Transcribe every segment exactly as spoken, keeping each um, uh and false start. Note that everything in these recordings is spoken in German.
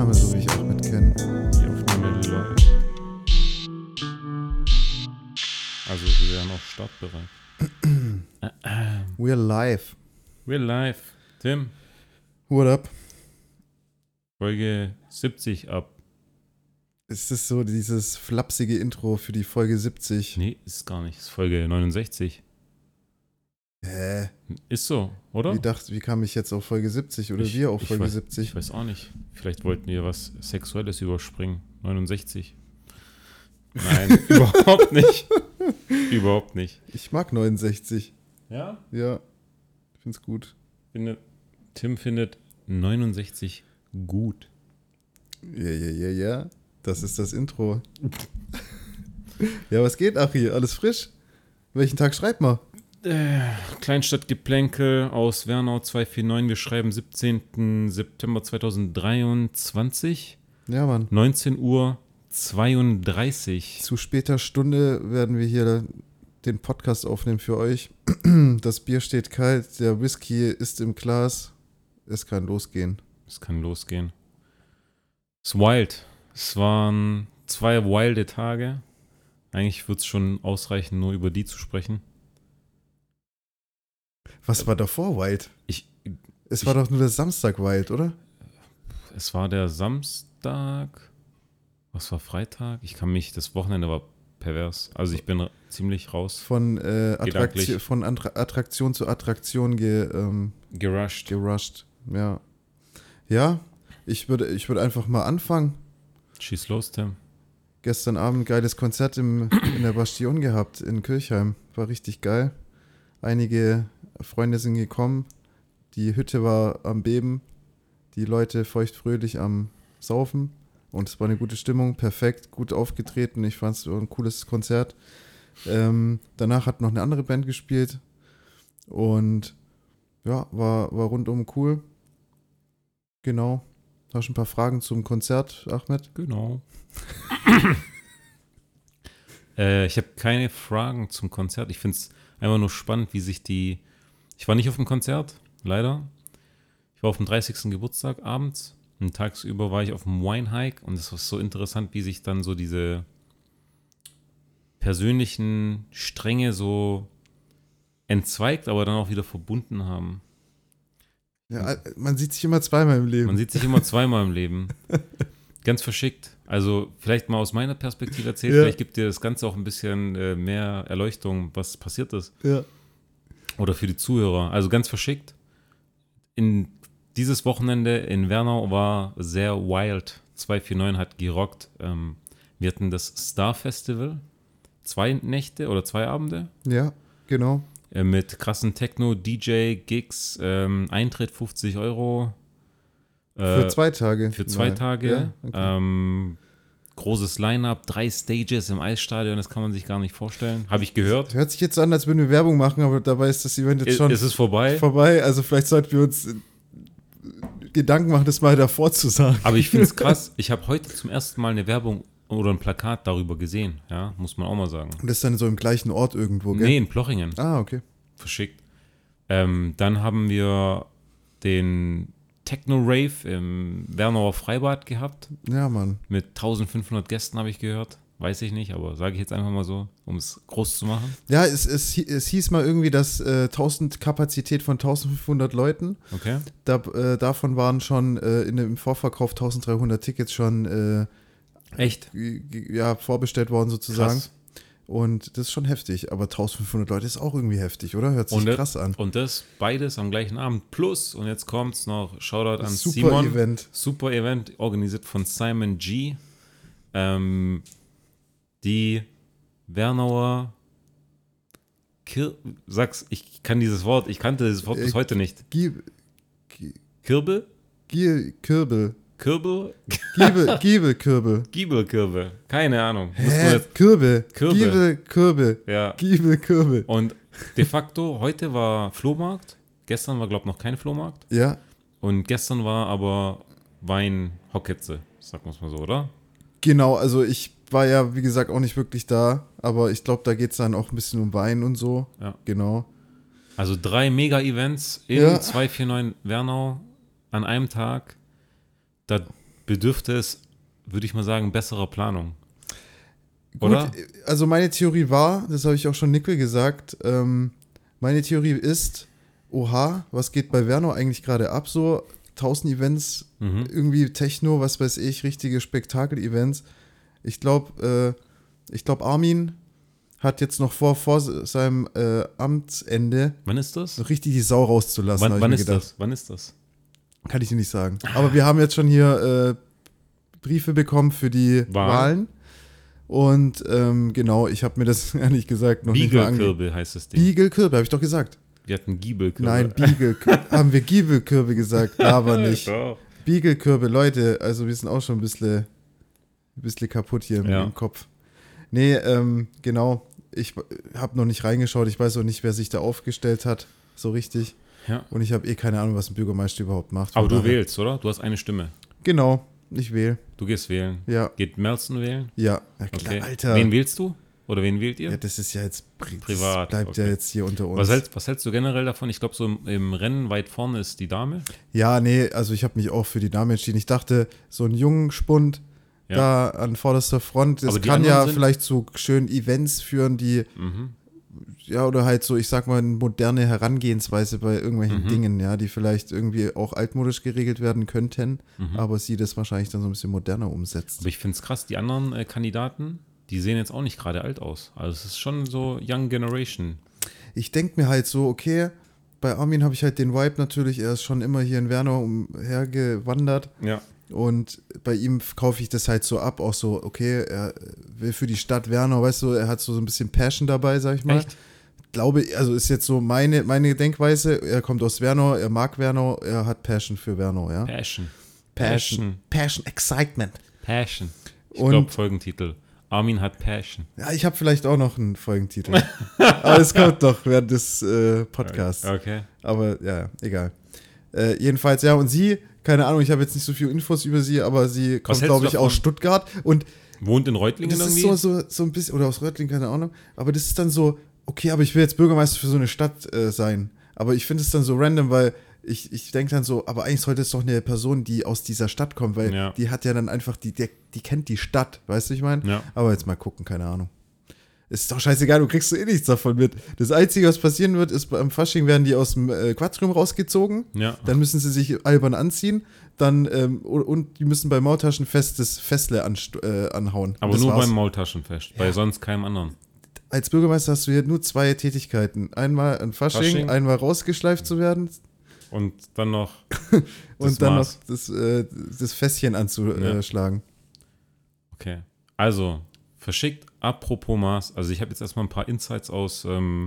Aufnahme, so wie ich Ahmed kenne. Die Aufnahme läuft. Also wir wären auch startbereit. We're live. We're live. Tim, What up? Folge siebzig ab. Ist das so dieses flapsige Intro für die Folge siebzig? Nee, ist gar nicht. Ist Folge neunundsechzig. Hä? Ist so, oder? Wie, dacht, wie kam ich jetzt auf Folge siebzig oder ich, wir auf ich Folge weiß, siebzig? Ich weiß auch nicht. Vielleicht wollten wir was Sexuelles überspringen. neunundsechzig. Nein, überhaupt nicht. Überhaupt nicht. Ich mag neunundsechzig. Ja? Ja, ich find's gut. Finde, Tim findet neunundsechzig gut. Ja, ja, ja, ja. Das ist das Intro. Ja, was geht, Achi? Alles frisch? Welchen Tag schreibt man? Äh, Kleinstadtgeplänkel aus Wernau zwei vier neun. Wir schreiben siebzehnten September zweitausenddreiundzwanzig. Ja, Mann. neunzehn Uhr zweiunddreißig. Zu später Stunde werden wir hier den Podcast aufnehmen für euch. Das Bier steht kalt, der Whisky ist im Glas. Es kann losgehen. Es kann losgehen. Es ist wild. Es waren zwei wilde Tage. Eigentlich wird es schon ausreichen, nur über die zu sprechen. Was war davor Wild? Ich, Es ich, war doch nur der Samstag Wild, oder? Es war der Samstag. Was war Freitag? Ich kann mich, das Wochenende war pervers. Also ich bin ziemlich raus. Von, äh, Attraktion, Gedanklich. von Attra- Attraktion zu Attraktion ge, ähm, Gerusht. gerusht. Ja. Ja, ich würde ich würde einfach mal anfangen. Schieß los, Tim. Gestern Abend geiles Konzert im, in der Bastion gehabt in Kirchheim. War richtig geil. Einige Freunde sind gekommen. Die Hütte war am Beben. Die Leute feuchtfröhlich am Saufen. Und es war eine gute Stimmung. Perfekt, gut aufgetreten. Ich fand es ein cooles Konzert. Ähm, danach hat noch eine andere Band gespielt. Und ja, war, war rundum cool. Genau. Hast du ein paar Fragen zum Konzert, Ahmed? Genau. äh, ich habe keine Fragen zum Konzert. Ich finde es einfach nur spannend, wie sich die... Ich war nicht auf dem Konzert, leider. Ich war auf dem dreißigsten Geburtstag abends. Und tagsüber war ich auf dem Wine-Hike. Und es war so interessant, wie sich dann so diese persönlichen Stränge so entzweigt, aber dann auch wieder verbunden haben. Ja, man sieht sich immer zweimal im Leben. Man sieht sich immer zweimal im Leben. Ganz verschickt. Also vielleicht mal aus meiner Perspektive erzählt, Ja. vielleicht gibt dir das Ganze auch ein bisschen äh, mehr Erleuchtung, was passiert ist. Ja. Oder für die Zuhörer. Also ganz verschickt. In dieses Wochenende in Wernau war sehr wild. zwei vier neun hat gerockt. Ähm, wir hatten das Star Festival. Zwei Nächte oder zwei Abende. Ja, genau. Äh, mit krassen Techno, D J, Gigs, ähm, Eintritt fünfzig Euro. Äh, Für zwei Tage. Für zwei Nein. Tage. Ja, okay. ähm, großes Line-Up, drei Stages im Eisstadion, das kann man sich gar nicht vorstellen. Habe ich gehört. Hört sich jetzt so an, als würden wir Werbung machen, aber dabei ist das Event jetzt schon Ist es vorbei? vorbei. Also vielleicht sollten wir uns äh, Gedanken machen, das mal davor zu sagen. Aber ich finde es krass. Ich habe heute zum ersten Mal eine Werbung oder ein Plakat darüber gesehen. Ja, muss man auch mal sagen. Und das ist dann so im gleichen Ort irgendwo, gell? Nee, in Plochingen. Ah, okay. Verschickt. Ähm, dann haben wir den Techno-Rave im Wernauer Freibad gehabt. Ja, Mann. Mit eintausendfünfhundert Gästen habe ich gehört. Weiß ich nicht, aber sage ich jetzt einfach mal so, um es groß zu machen. Ja, es, es, es hieß mal irgendwie, dass äh, tausend Kapazität von eintausendfünfhundert Leuten. Okay. Da, äh, davon waren schon äh, in dem Vorverkauf eintausenddreihundert Tickets schon äh, Echt? g- g- ja, vorbestellt worden sozusagen. Krass. Und das ist schon heftig. Aber eintausendfünfhundert Leute ist auch irgendwie heftig, oder? Hört sich Und, krass an. und das beides am gleichen Abend. Plus, und jetzt kommt's noch, Shoutout an Super Simon. Event. Super Event, organisiert von Simon G. Ähm, die Wernauer Kir Sag's, ich kann dieses Wort, ich kannte dieses Wort bis Äh, heute nicht. Gieb, Gie- Kirbel? Gie- Kürbel. Kirbel? Giebel, Giebelkürbel. Giebelkirbel. Keine Ahnung. Muss man Hä? jetzt- Kürbel. Kürbel. Giebelkürbel. Ja. Giebelkürbel. Und de facto, heute war Flohmarkt. Gestern war, glaube ich, noch kein Flohmarkt. Ja, Und gestern war aber Wein-Hocketze, sagen wir es mal so, oder? genau. Also ich war ja, wie gesagt, auch nicht wirklich da. Aber ich glaube, da geht es dann auch ein bisschen um Wein und so. Ja. Genau. Also drei Mega-Events in Ja. zwei vier neun Wernau an einem Tag. Da bedürfte es, würde ich mal sagen, besserer Planung. Gut, Oder? also meine Theorie war, das habe ich auch schon Nickel gesagt, ähm, meine Theorie ist, oha, was geht bei Werner eigentlich gerade ab so? Tausend Events, Mhm. irgendwie Techno, was weiß ich, richtige Spektakel-Events. Ich glaube, äh, ich glaube, Armin hat jetzt noch vor, vor seinem äh, Amtsende Wann ist das? so richtig die Sau rauszulassen. hab Wann, ich wann mir ist gedacht. das? Wann ist das? Kann ich dir nicht sagen. Aber wir haben jetzt schon hier äh, Briefe bekommen für die Wahl. Wahlen. Und ähm, genau, ich habe mir das ehrlich gesagt noch nicht mal angeguckt. Beagle-Kirbe heißt das Ding. Beagle-Kirbe, habe ich doch gesagt. Wir hatten Giebelkirbe. Nein, Beagle-Kirbe. Haben wir Giebelkirbe gesagt, aber nicht. Doch. Beagle-Kirbe, Leute, also wir sind auch schon ein bisschen, ein bisschen kaputt hier im, Ja. im Kopf. Nee, ähm, genau. Ich habe noch nicht reingeschaut. Ich weiß auch nicht, wer sich da aufgestellt hat, so richtig. Ja. Und ich habe eh keine Ahnung, was ein Bürgermeister überhaupt macht. Aber Von du daher- wählst, oder? Du hast eine Stimme. Genau, ich wähle. Du gehst wählen. Ja, Geht Melson wählen? ja. Ja, klar, Okay. Alter. Wen wählst du? Oder wen wählt ihr? Ja, das ist ja jetzt pri- Privat, Das bleibt okay. ja jetzt hier unter uns. Was hältst, was hältst du generell davon? Ich glaube, so im, im Rennen weit vorne ist die Dame. Ja, nee, also ich habe mich auch für die Dame entschieden. Ich dachte, so ein jungen Spund Ja. da an vorderster Front, das Aber die kann ja anderen sind- vielleicht zu schönen Events führen, die, Mhm. ja, oder halt so, ich sag mal, eine moderne Herangehensweise bei irgendwelchen Mhm. Dingen, ja, die vielleicht irgendwie auch altmodisch geregelt werden könnten, Mhm. aber sie das wahrscheinlich dann so ein bisschen moderner umsetzt. Aber ich finde es krass, die anderen äh, Kandidaten, die sehen jetzt auch nicht gerade alt aus. Also es ist schon so Young Generation. Ich denke mir halt so, okay, bei Armin habe ich halt den Vibe natürlich, er ist schon immer hier in Werner umhergewandert. Ja. Und bei ihm kaufe ich das halt so ab, auch so, okay, er will für die Stadt Werner, weißt du, er hat so, so ein bisschen Passion dabei, sag ich mal. Echt? Glaube, also ist jetzt so meine, meine Denkweise, er kommt aus Werner, er mag Werner, er hat Passion für Werner, ja. Passion. Passion, Passion, Excitement. Passion. Ich Und- glaube, Folgentitel. Armin hat Passion. Ja, ich habe vielleicht auch noch einen Folgentitel. Aber es kommt doch während des äh, Podcasts. Okay. Aber ja, egal. Äh, jedenfalls, ja, und sie, keine Ahnung, ich habe jetzt nicht so viel Infos über sie, aber sie kommt, hältst glaube du ich, davon? aus Stuttgart. Und Wohnt in Reutlingen das ist irgendwie? so, so, so ein bisschen, oder aus Röttling, keine Ahnung. Aber das ist dann so, okay, aber ich will jetzt Bürgermeister für so eine Stadt äh, sein. Aber ich finde es dann so random, weil ich, ich denke dann so, aber eigentlich sollte es doch eine Person, die aus dieser Stadt kommt, weil Ja. die hat ja dann einfach, die, die, die kennt die Stadt, weißt du, ich meine? Ja. Aber jetzt mal gucken, keine Ahnung. Ist doch scheißegal, du kriegst eh nichts davon mit. Das Einzige, was passieren wird, ist, beim Fasching werden die aus dem äh, Quatschroom rausgezogen. Ja. Dann müssen sie sich albern anziehen. Dann, ähm, und, und die müssen beim Maultaschenfest das Festle anst- äh, anhauen. Aber Und das nur war's. beim Maultaschenfest. Bei sonst keinem anderen. Als Bürgermeister hast du hier nur zwei Tätigkeiten. Einmal ein Fasching, Fasching. einmal rausgeschleift zu werden Und dann noch. und dann Maß. noch das, äh, das Fässchen anzuschlagen. Okay. Also, verschickt, apropos Maß. Also, ich habe jetzt erstmal ein paar Insights aus ähm,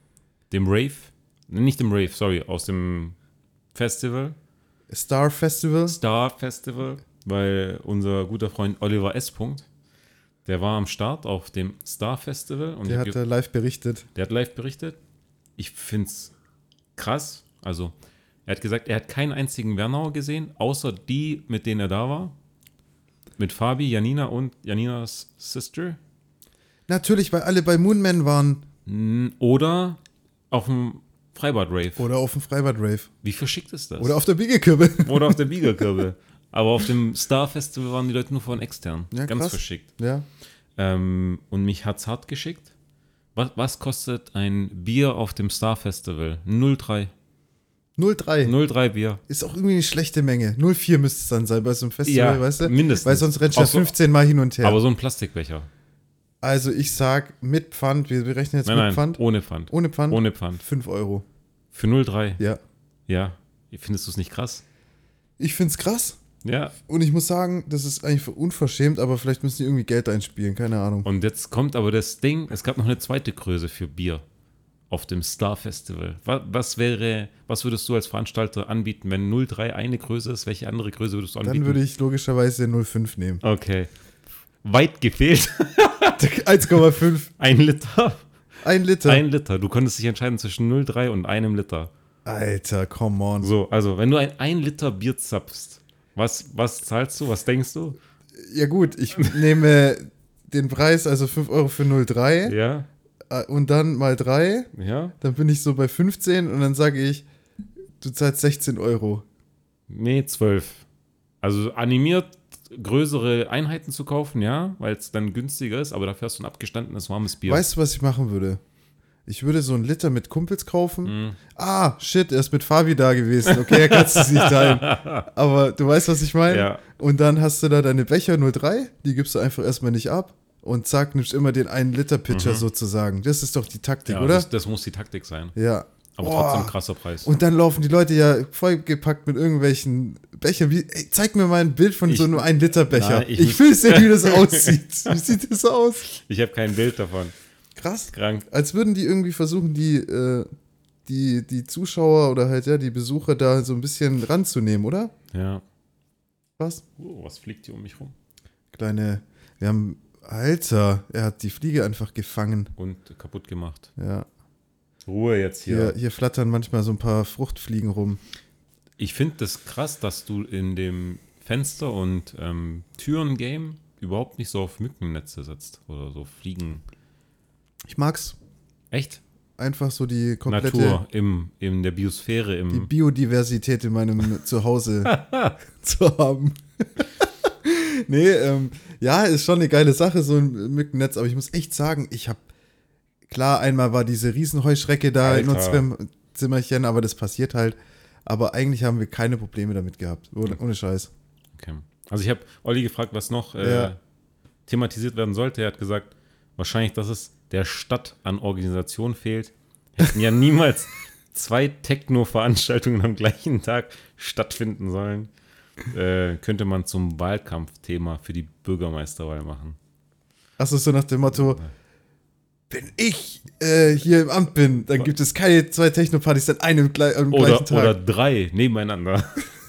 dem Rave. Nee, Nicht dem Rave, sorry, aus dem Festival. Star Festival. Star Festival. Weil unser guter Freund Oliver S. Punkt, der war am Start auf dem Star Festival. Und Der ich hat hab da live berichtet. Der hat live berichtet. Ich finde es krass. Also, er hat gesagt, er hat keinen einzigen Wernauer gesehen, außer die, mit denen er da war. Mit Fabi, Janina und Janinas Sister. Natürlich, weil alle bei Moonman waren. N- Oder auf dem Freibad-Rave. Oder auf dem Freibad-Rave. Wie verschickt ist das? Oder auf der Biegelkirbe. Oder auf der Biegerkirbe. Aber auf dem Star Festival waren die Leute nur von extern. Ja, Ganz krass. verschickt. Ja. Ähm, und mich hat's hart geschickt. Was, was kostet ein Bier auf dem Star Festival? null Komma drei. null Komma drei. null Komma drei Bier. Ist auch irgendwie eine schlechte Menge. null Komma vier müsste es dann sein bei so einem Festival, Ja, weißt du? mindestens. Weil sonst rennst du ja Auch so- fünfzehn Mal hin und her. Aber so ein Plastikbecher. Also ich sag mit Pfand, wir berechnen jetzt Nein, mit nein, Pfand. ohne Pfand. Ohne Pfand? Ohne Pfand. fünf Euro. Für null Komma drei. Ja. Ja. Findest du es nicht krass? Ich find's krass. Ja. Und ich muss sagen, das ist eigentlich unverschämt, aber vielleicht müssen die irgendwie Geld einspielen, keine Ahnung. Und jetzt kommt aber das Ding, es gab noch eine zweite Größe für Bier auf dem Star Festival. Was, was wäre, was würdest du als Veranstalter anbieten, wenn null Komma drei eine Größe ist? Welche andere Größe würdest du anbieten? Dann würde ich logischerweise null Komma fünf nehmen. Okay. Weit gefehlt. eins Komma fünf. Ein Liter. Ein Liter. Ein Liter. Du konntest dich entscheiden zwischen null Komma drei und einem Liter. Alter, come on. So, also wenn du ein ein Liter Bier zapfst, was, was zahlst du? Was denkst du? Ja gut, ich nehme den Preis, also fünf Euro für null Komma drei Ja, äh, und dann mal drei, ja. dann bin ich so bei fünfzehn und dann sage ich, du zahlst sechzehn Euro. Nee, zwölf. Also animiert größere Einheiten zu kaufen, ja, weil es dann günstiger ist, aber dafür hast du ein abgestandenes warmes Bier. Weißt du, was ich machen würde? Ich würde so einen Liter mit Kumpels kaufen. Mm. Ah, shit, er ist mit Fabi da gewesen. Okay, er kann es nicht teilen. Aber du weißt, was ich meine? Ja. Und dann hast du da deine Becher null drei, die gibst du einfach erstmal nicht ab. Und zack, nimmst immer den einen Liter Pitcher Mhm. sozusagen. Das ist doch die Taktik, Ja, oder? das, das muss die Taktik sein. Ja. Aber Boah. trotzdem krasser Preis. Und dann laufen die Leute ja vollgepackt mit irgendwelchen Bechern. Wie, ey, zeig mir mal ein Bild von Ich- so einem ein Liter Becher. Nein, ich ich muss- will sehen, wie das aussieht. Wie sieht das aus? Ich habe kein Bild davon. Krass. Krank. Als würden die irgendwie versuchen, die, äh, die, die Zuschauer oder halt ja die Besucher da so ein bisschen ranzunehmen, oder? Ja. Was? Oh, was fliegt hier um mich rum? Kleine, wir haben, Alter, er hat die Fliege einfach gefangen. Und kaputt gemacht. Ja. Ruhe jetzt hier. Hier, hier flattern manchmal so ein paar Fruchtfliegen rum. Ich finde das krass, dass du in dem Fenster- und ähm, Türen-Game überhaupt nicht so auf Mückennetze setzt. Oder so Fliegen. Ich mag's. Echt? Einfach so die komplette Natur im, in der Biosphäre. die Im, Biodiversität in meinem Zuhause zu haben. Nee, ähm, ja, ist schon eine geile Sache, so ein Mückennetz, aber ich muss echt sagen, ich habe, klar, einmal war diese Riesenheuschrecke da in Alter. unserem Zimmerchen, aber das passiert halt. Aber eigentlich haben wir keine Probleme damit gehabt, ohne, ohne Scheiß. okay. Also ich habe Olli gefragt, was noch äh, Ja. thematisiert werden sollte. Er hat gesagt, wahrscheinlich, dass es der Stadt an Organisation fehlt. Hätten ja niemals zwei Techno-Veranstaltungen am gleichen Tag stattfinden sollen. Äh, könnte man zum Wahlkampfthema für die Bürgermeisterwahl machen. Achso, so nach dem Motto, wenn ich äh, hier im Amt bin, dann gibt es keine zwei Techno-Partys an einem gle am Oder, gleichen Tag. oder drei nebeneinander.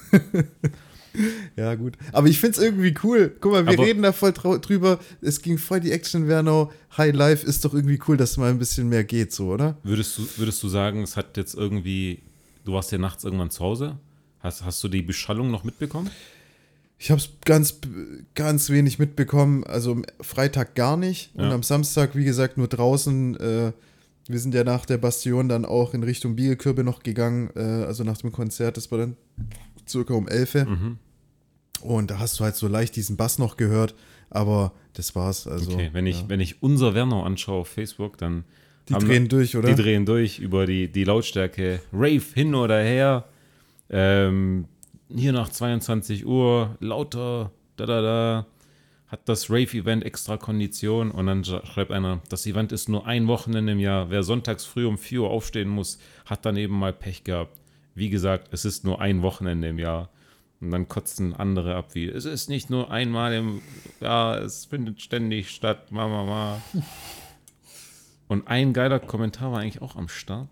Ja, gut. Aber ich find's irgendwie cool. Guck mal, wir Aber- reden da voll trau- drüber. Es ging voll die Action in Wernau. High Life ist doch irgendwie cool, dass mal ein bisschen mehr geht, so, oder? Würdest du, würdest du sagen, es hat jetzt irgendwie, du warst ja nachts irgendwann zu Hause? Hast, hast du die Beschallung noch mitbekommen? Ich hab's ganz, ganz wenig mitbekommen. Also am Freitag gar nicht. Und Ja. am Samstag, wie gesagt, nur draußen. Äh, wir sind ja nach der Bastion dann auch in Richtung Biegelkürbe noch gegangen. Äh, also nach dem Konzert. Das war dann circa um elf. Mhm. Und da hast du halt so leicht diesen Bass noch gehört. Aber das war's. Also, Okay, wenn ich, ja. wenn ich unser Wernau anschaue auf Facebook, dann Die haben- drehen durch, oder? Die drehen durch über die, die Lautstärke. Rave hin oder her. Ähm, hier nach zweiundzwanzig Uhr, lauter, da da da. Hat das Rave-Event extra Kondition. Und dann sch- schreibt einer, das Event ist nur ein Wochenende im Jahr. Wer sonntags früh um vier Uhr aufstehen muss, hat dann eben mal Pech gehabt. Wie gesagt, es ist nur ein Wochenende im Jahr. Und dann kotzen andere ab, wie, es ist nicht nur einmal im Jahr, es findet ständig statt, ma, ma, ma. Und ein geiler Kommentar war eigentlich auch am Start.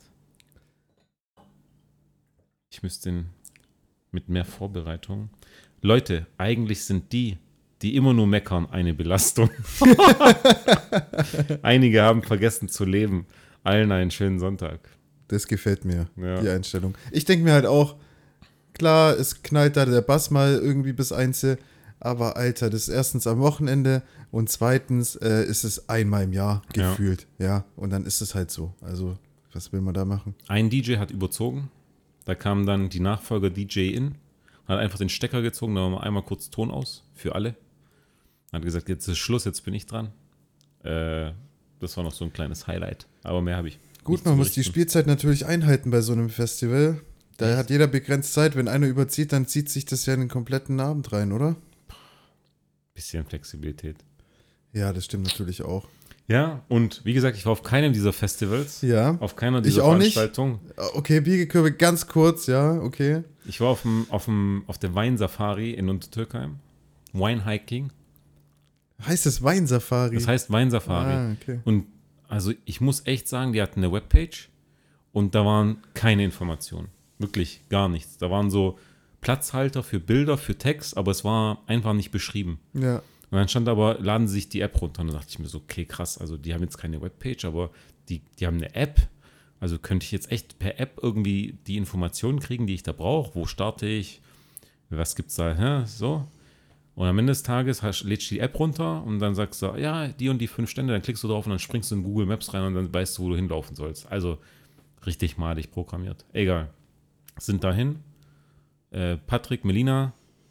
Ich müsste den mit mehr Vorbereitung. Leute, eigentlich sind die, die immer nur meckern, eine Belastung. Einige haben vergessen zu leben. Allen einen schönen Sonntag. Das gefällt mir, Ja. die Einstellung. Ich denke mir halt auch, klar, es knallt da der Bass mal irgendwie bis eins, aber Alter, das ist erstens am Wochenende und zweitens äh, ist es einmal im Jahr Ja. gefühlt. Ja. und dann ist es halt so. Also, was will man da machen? Ein D J hat überzogen. Da kam dann die Nachfolger D J in, hat einfach den Stecker gezogen, da war mal einmal kurz Ton aus für alle. Hat gesagt, jetzt ist Schluss, jetzt bin ich dran. Äh, das war noch so ein kleines Highlight. Aber mehr habe ich. Gut, nicht man zu muss die berichten. Spielzeit natürlich einhalten bei so einem Festival. Da hat jeder begrenzt Zeit. Wenn einer überzieht, dann zieht sich das ja in den kompletten Abend rein, oder? Bisschen Flexibilität. Ja, das stimmt natürlich auch. Ja, und wie gesagt, ich war auf keinem dieser Festivals. Ja. Auf keiner Ich dieser auch nicht. Veranstaltungen. Okay, Biegekörbe ganz kurz, ja, okay. Ich war auf, dem, auf, dem, auf der Weinsafari in Untertürkheim. Wine Hiking. Heißt es Weinsafari? Das heißt Weinsafari. Ah, okay. Und also ich muss echt sagen, die hatten eine Webpage und da waren keine Informationen. Wirklich gar nichts. Da waren so Platzhalter für Bilder, für Text, aber es war einfach nicht beschrieben. Ja. Und dann stand aber, laden Sie sich die App runter. Und dann dachte ich mir so, okay, krass, also die haben jetzt keine Webpage, aber die, die haben eine App. Also könnte ich jetzt echt per App irgendwie die Informationen kriegen, die ich da brauche. Wo starte ich? Was gibt's da? Hä? So. Und am Ende des Tages hast, lädst du die App runter und dann sagst du, ja, die und die fünf Stände, dann klickst du drauf und dann springst du in Google Maps rein und dann weißt du, wo du hinlaufen sollst. Also richtig malig programmiert. Egal. Sind dahin. Äh, Patrick, Melina,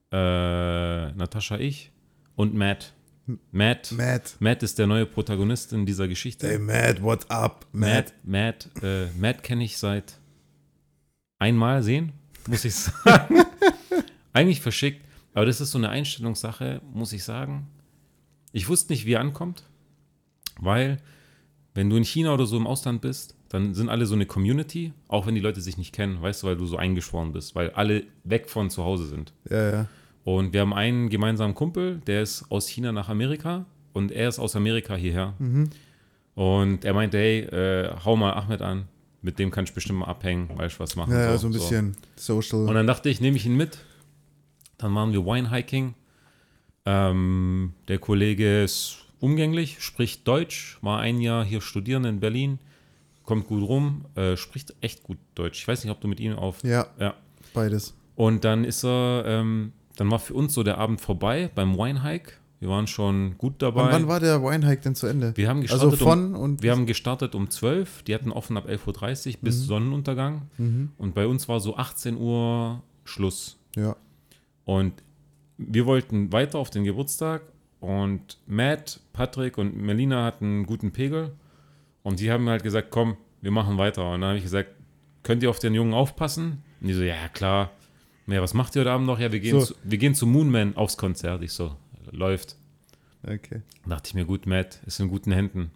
äh, Natascha, ich und Matt. Matt, Matt. Matt ist der neue Protagonist in dieser Geschichte. Hey Matt, what's up, Matt, Matt? Matt, äh, Matt kenne ich seit einmal sehen, muss ich sagen. Eigentlich verschickt, aber das ist so eine Einstellungssache, muss ich sagen. Ich wusste nicht, wie er ankommt, weil wenn du in China oder so im Ausland bist, dann sind alle so eine Community, auch wenn die Leute sich nicht kennen, weißt du, weil du so eingeschworen bist, weil alle weg von zu Hause sind. Ja, ja. Und wir haben einen gemeinsamen Kumpel, der ist aus China nach Amerika und er ist aus Amerika hierher. Mhm. Und er meinte, hey, äh, hau mal Ahmed an, mit dem kann ich bestimmt mal abhängen, weil ich was machen. Ja, ja, so ein bisschen so. Social. Und dann dachte ich, nehme ich ihn mit. Dann waren wir Wine-Hiking. Ähm, der Kollege ist umgänglich, spricht Deutsch, war ein Jahr hier studieren in Berlin, kommt gut rum, äh, spricht echt gut Deutsch. Ich weiß nicht, ob du mit ihm auf... Ja, ja. beides. Und dann ist er... Ähm, Dann war für uns so der Abend vorbei beim Wine-Hike. Wir waren schon gut dabei. Und wann war der Wine-Hike denn zu Ende? Wir haben gestartet, also von um, und wir haben gestartet um zwölf. Die hatten offen ab elf Uhr dreißig bis Mhm. Sonnenuntergang. Mhm. Und bei uns war so achtzehn Uhr Schluss. Ja. Und wir wollten weiter auf den Geburtstag. Und Matt, Patrick und Melina hatten einen guten Pegel. Und die haben halt gesagt, komm, wir machen weiter. Und dann habe ich gesagt, könnt ihr auf den Jungen aufpassen? Und die so, ja klar. Ja, was macht ihr heute Abend noch? Ja, wir gehen, So. zu, wir gehen zu Moonman aufs Konzert. Ich so, läuft. Okay. Da dachte ich mir, gut, Matt, ist in guten Händen.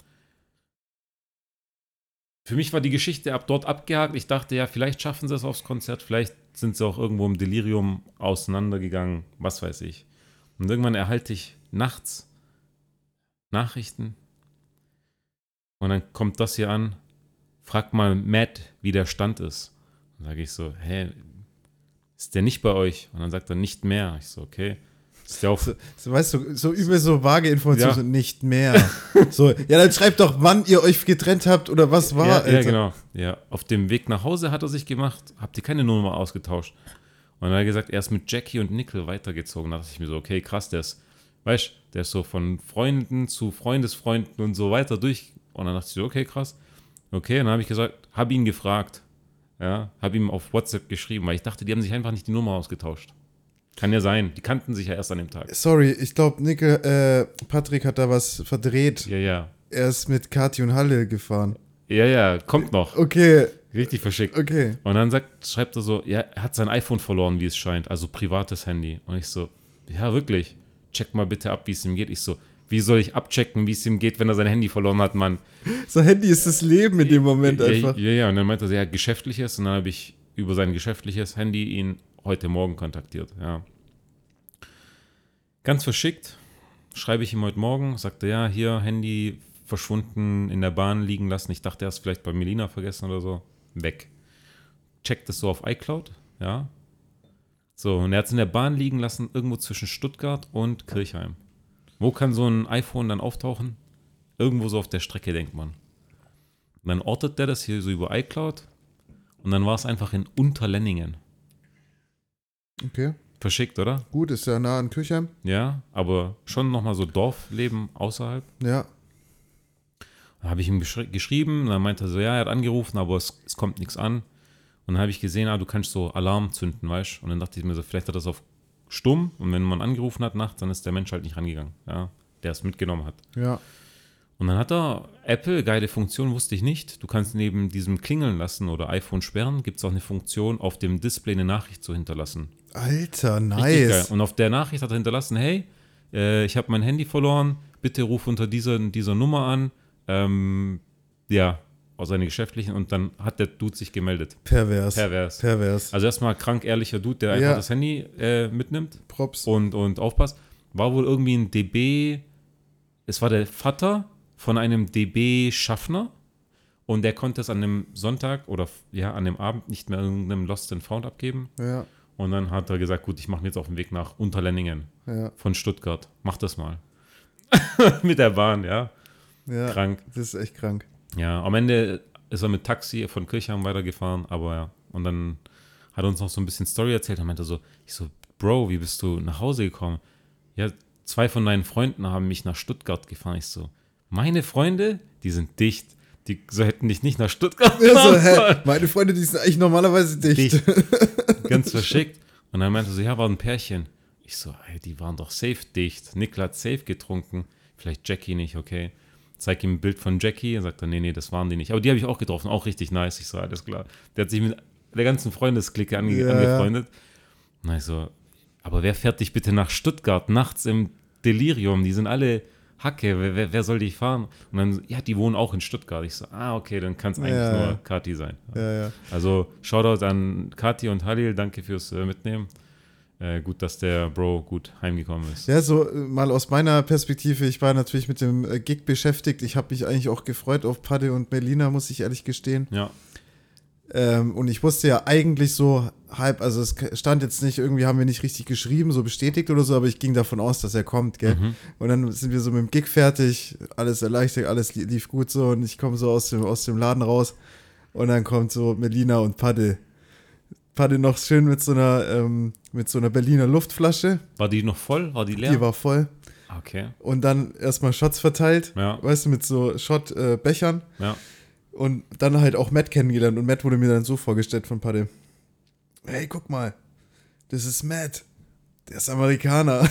Für mich war die Geschichte ab dort abgehakt. Ich dachte, ja, vielleicht schaffen sie es aufs Konzert, vielleicht sind sie auch irgendwo im Delirium auseinandergegangen, was weiß ich. Und irgendwann erhalte ich nachts Nachrichten und dann kommt das hier an, frag mal Matt, wie der Stand ist. Dann sage ich so, hä, ist der nicht bei euch? Und dann sagt er, nicht mehr. Ich so, okay. Ist der auf, So, so, weißt du, so übel so vage Informationen, Ja. so nicht mehr. So, ja, dann schreibt doch, wann ihr euch getrennt habt oder was war. ja, Alter. ja, genau. Ja, auf dem Weg nach Hause hat er sich gemacht, habt ihr keine Nummer ausgetauscht. Und dann hat er gesagt, er ist mit Jackie und Nickel weitergezogen. Da dachte ich mir so, okay, krass, der ist, weißt du, der ist so von Freunden zu Freundesfreunden und so weiter durch. Und dann dachte ich so, okay, krass. Okay, und dann habe ich gesagt, habe ihn gefragt. Ja, habe ihm auf WhatsApp geschrieben, weil ich dachte, die haben sich einfach nicht die Nummer ausgetauscht. Kann ja sein, die kannten sich ja erst an dem Tag. Sorry, ich glaube, Nickel, äh, Patrick hat da was verdreht. Ja, ja. Er ist mit Kathi und Halle gefahren. Ja, ja, kommt noch. Okay, Richtig verschickt. okay. Und dann sagt, schreibt er so, ja, er hat sein iPhone verloren, wie es scheint, also privates Handy. Und ich so, ja, wirklich, check mal bitte ab, wie es ihm geht. Ich so, wie soll ich abchecken, wie es ihm geht, wenn er sein Handy verloren hat, Mann? So Handy ist das Leben in dem Moment ja, einfach. Ja, ja, und dann meinte er, ja, geschäftliches. Und dann habe ich über sein geschäftliches Handy ihn heute Morgen kontaktiert, ja. Ganz verschickt, schreibe ich ihm heute Morgen, sagte, ja, hier, Handy verschwunden, in der Bahn liegen lassen. Ich dachte, er ist vielleicht bei Melina vergessen oder so. Weg. Checkt es so auf iCloud, ja. So, und er hat es in der Bahn liegen lassen, irgendwo zwischen Stuttgart und Kirchheim. Wo kann so ein iPhone dann auftauchen? Irgendwo so auf der Strecke, denkt man. Und dann ortet der das hier so über iCloud und dann war es einfach in Unterlenningen. Okay, Verschickt, oder? gut, ist ja nah an Kirchheim. Ja, aber schon nochmal so Dorfleben außerhalb. Ja, Dann habe ich ihm geschri- geschrieben und dann meinte er so, ja, er hat angerufen, aber es, es kommt nichts an. Und dann habe ich gesehen, ah, du kannst so Alarm zünden, weißt du? Und dann dachte ich mir so, vielleicht hat er das auf stumm und wenn man angerufen hat nachts, dann ist der Mensch halt nicht rangegangen, ja, der es mitgenommen hat. ja. Und dann hat er Apple, geile Funktion, wusste ich nicht. Du kannst neben diesem Klingeln lassen oder iPhone sperren, gibt es auch eine Funktion, auf dem Display eine Nachricht zu hinterlassen. Alter, Richtig geil. nice. Und auf der Nachricht hat er hinterlassen, hey, äh, ich habe mein Handy verloren, bitte ruf unter dieser, dieser Nummer an. Ähm, ja, aus seiner geschäftlichen und dann hat der Dude sich gemeldet. Pervers. Pervers. Pervers. Also erstmal krank ehrlicher Dude, der einfach Ja. das Handy äh, mitnimmt Props. und, und aufpasst. War wohl irgendwie ein D B, es war der Vater von einem D B-Schaffner und der konnte es an dem Sonntag oder ja, an dem Abend nicht mehr irgendeinem Lost and Found abgeben. Ja, Und dann hat er gesagt, gut, ich mache mich jetzt auf den Weg nach Unterlenningen ja, von Stuttgart. Mach das mal. Mit der Bahn, ja. ja. Krank. Das ist echt krank. Ja, am Ende ist er mit Taxi von Kirchheim weitergefahren, aber ja. Und dann hat er uns noch so ein bisschen Story erzählt. Er meinte so, ich so, Bro, wie bist du nach Hause gekommen? Ja, zwei von deinen Freunden haben mich nach Stuttgart gefahren. Ich so, meine Freunde, die sind dicht. Die so hätten dich nicht nach Stuttgart Ja, so, fahren hä, sollen. meine Freunde, die sind eigentlich normalerweise dicht. Dicht. Ganz verschickt. Und dann meinte sie, ja, war ein Pärchen. Ich so, ey, die waren doch safe dicht. Nickel hat safe getrunken. Vielleicht Jackie nicht, okay. Zeig ihm ein Bild von Jackie. Er sagt dann, nee, nee, das waren die nicht. Aber die habe ich auch getroffen, auch richtig nice. Ich so, alles klar. Der hat sich mit der ganzen Freundesklicke ange- Ja. angefreundet. Na, ich so, aber wer fährt dich bitte nach Stuttgart nachts im Delirium? Die sind alle Hacke. Wer, wer, wer soll dich fahren? Und dann, ja, die wohnen auch in Stuttgart. Ich so, ah, okay, dann kann es eigentlich Ja, nur ja. Kati sein. Ja, ja. Also, Shoutout an Kati und Halil. Danke fürs äh, Mitnehmen. Äh, gut, dass der Bro gut heimgekommen ist. Ja, so äh, mal aus meiner Perspektive, ich war natürlich mit dem äh, Gig beschäftigt. Ich habe mich eigentlich auch gefreut auf Padde und Melina, muss ich ehrlich gestehen. Ja. Ähm, und ich wusste ja eigentlich so halb, also es stand jetzt nicht, irgendwie haben wir nicht richtig geschrieben, so bestätigt oder so, aber ich ging davon aus, dass er kommt, gell? Mhm. Und dann sind wir so mit dem Gig fertig, alles erleichtert, alles li- lief gut so und ich komme so aus dem, aus dem Laden raus und dann kommt so Melina und Padde. Padde noch schön mit so einer, ähm, mit so einer Berliner Luftflasche, War die noch voll? War die leer? die war voll. Okay. Und dann erstmal Shots verteilt, Ja. weißt du, mit so Shot-Bechern. Ja. Und dann halt auch Matt kennengelernt. Und Matt wurde mir dann so vorgestellt von Padde. Hey, guck mal, das ist Matt. Der ist Amerikaner.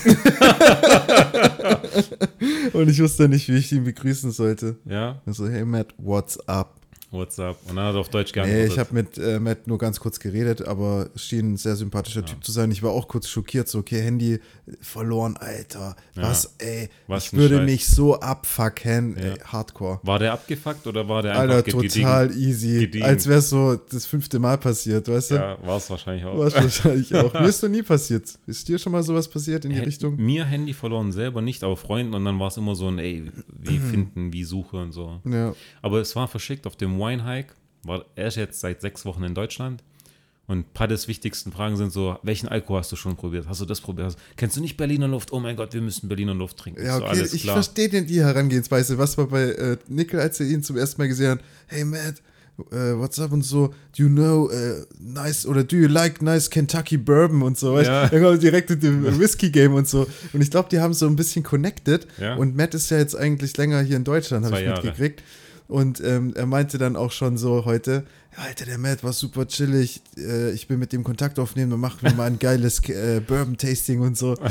Und ich wusste nicht, wie ich ihn begrüßen sollte. Ja. Also, hey Matt, what's up? What's up? Und dann hat er auf Deutsch Nee, geantwortet. ich habe mit äh, Matt nur ganz kurz geredet, aber es schien ein sehr sympathischer Ja. Typ zu sein. Ich war auch kurz schockiert, so, okay, Handy verloren, Alter. Ja. Was, ey, Was ich ein würde Scheiß. mich so abfucken, Ja. ey, Hardcore. War der abgefuckt oder war der einfach Alter, gediegen? total easy. gediegen. Als wäre es so das fünfte Mal passiert, weißt du? Ja, war es wahrscheinlich auch. War es wahrscheinlich auch. Mir ist noch nie passiert. Ist dir schon mal sowas passiert in die Hä- Richtung? Mir Handy verloren selber nicht, aber Freunden und dann war es immer so ein, ey, wie finden, wie Suche und so. Ja. Aber es war verschickt auf dem Wine-Hike. War, er ist jetzt seit sechs Wochen in Deutschland. Und Paddes wichtigsten Fragen sind so, welchen Alkohol hast du schon probiert? Hast du das probiert? Hast, kennst du nicht Berliner Luft? Oh mein Gott, wir müssen Berliner Luft trinken. Ja, so, okay, alles ich klar. verstehe denn die Herangehensweise. Was war bei äh, Nickel, als er ihn zum ersten Mal gesehen hat? Hey, Matt, äh, what's up und so, do you know, äh, nice, oder do you like nice Kentucky Bourbon und so, weißt du? Ja. Dann kommt direkt mit dem Whisky-Game und so. Und ich glaube, die haben so ein bisschen connected. Ja. Und Matt ist ja jetzt eigentlich länger hier in Deutschland, habe Zwei ich Jahre. mitgekriegt. Und ähm, er meinte dann auch schon so heute, ja, Alter, der Matt war super chillig, äh, ich will mit dem Kontakt aufnehmen, dann machen wir mal ein geiles äh, Bourbon-Tasting und so.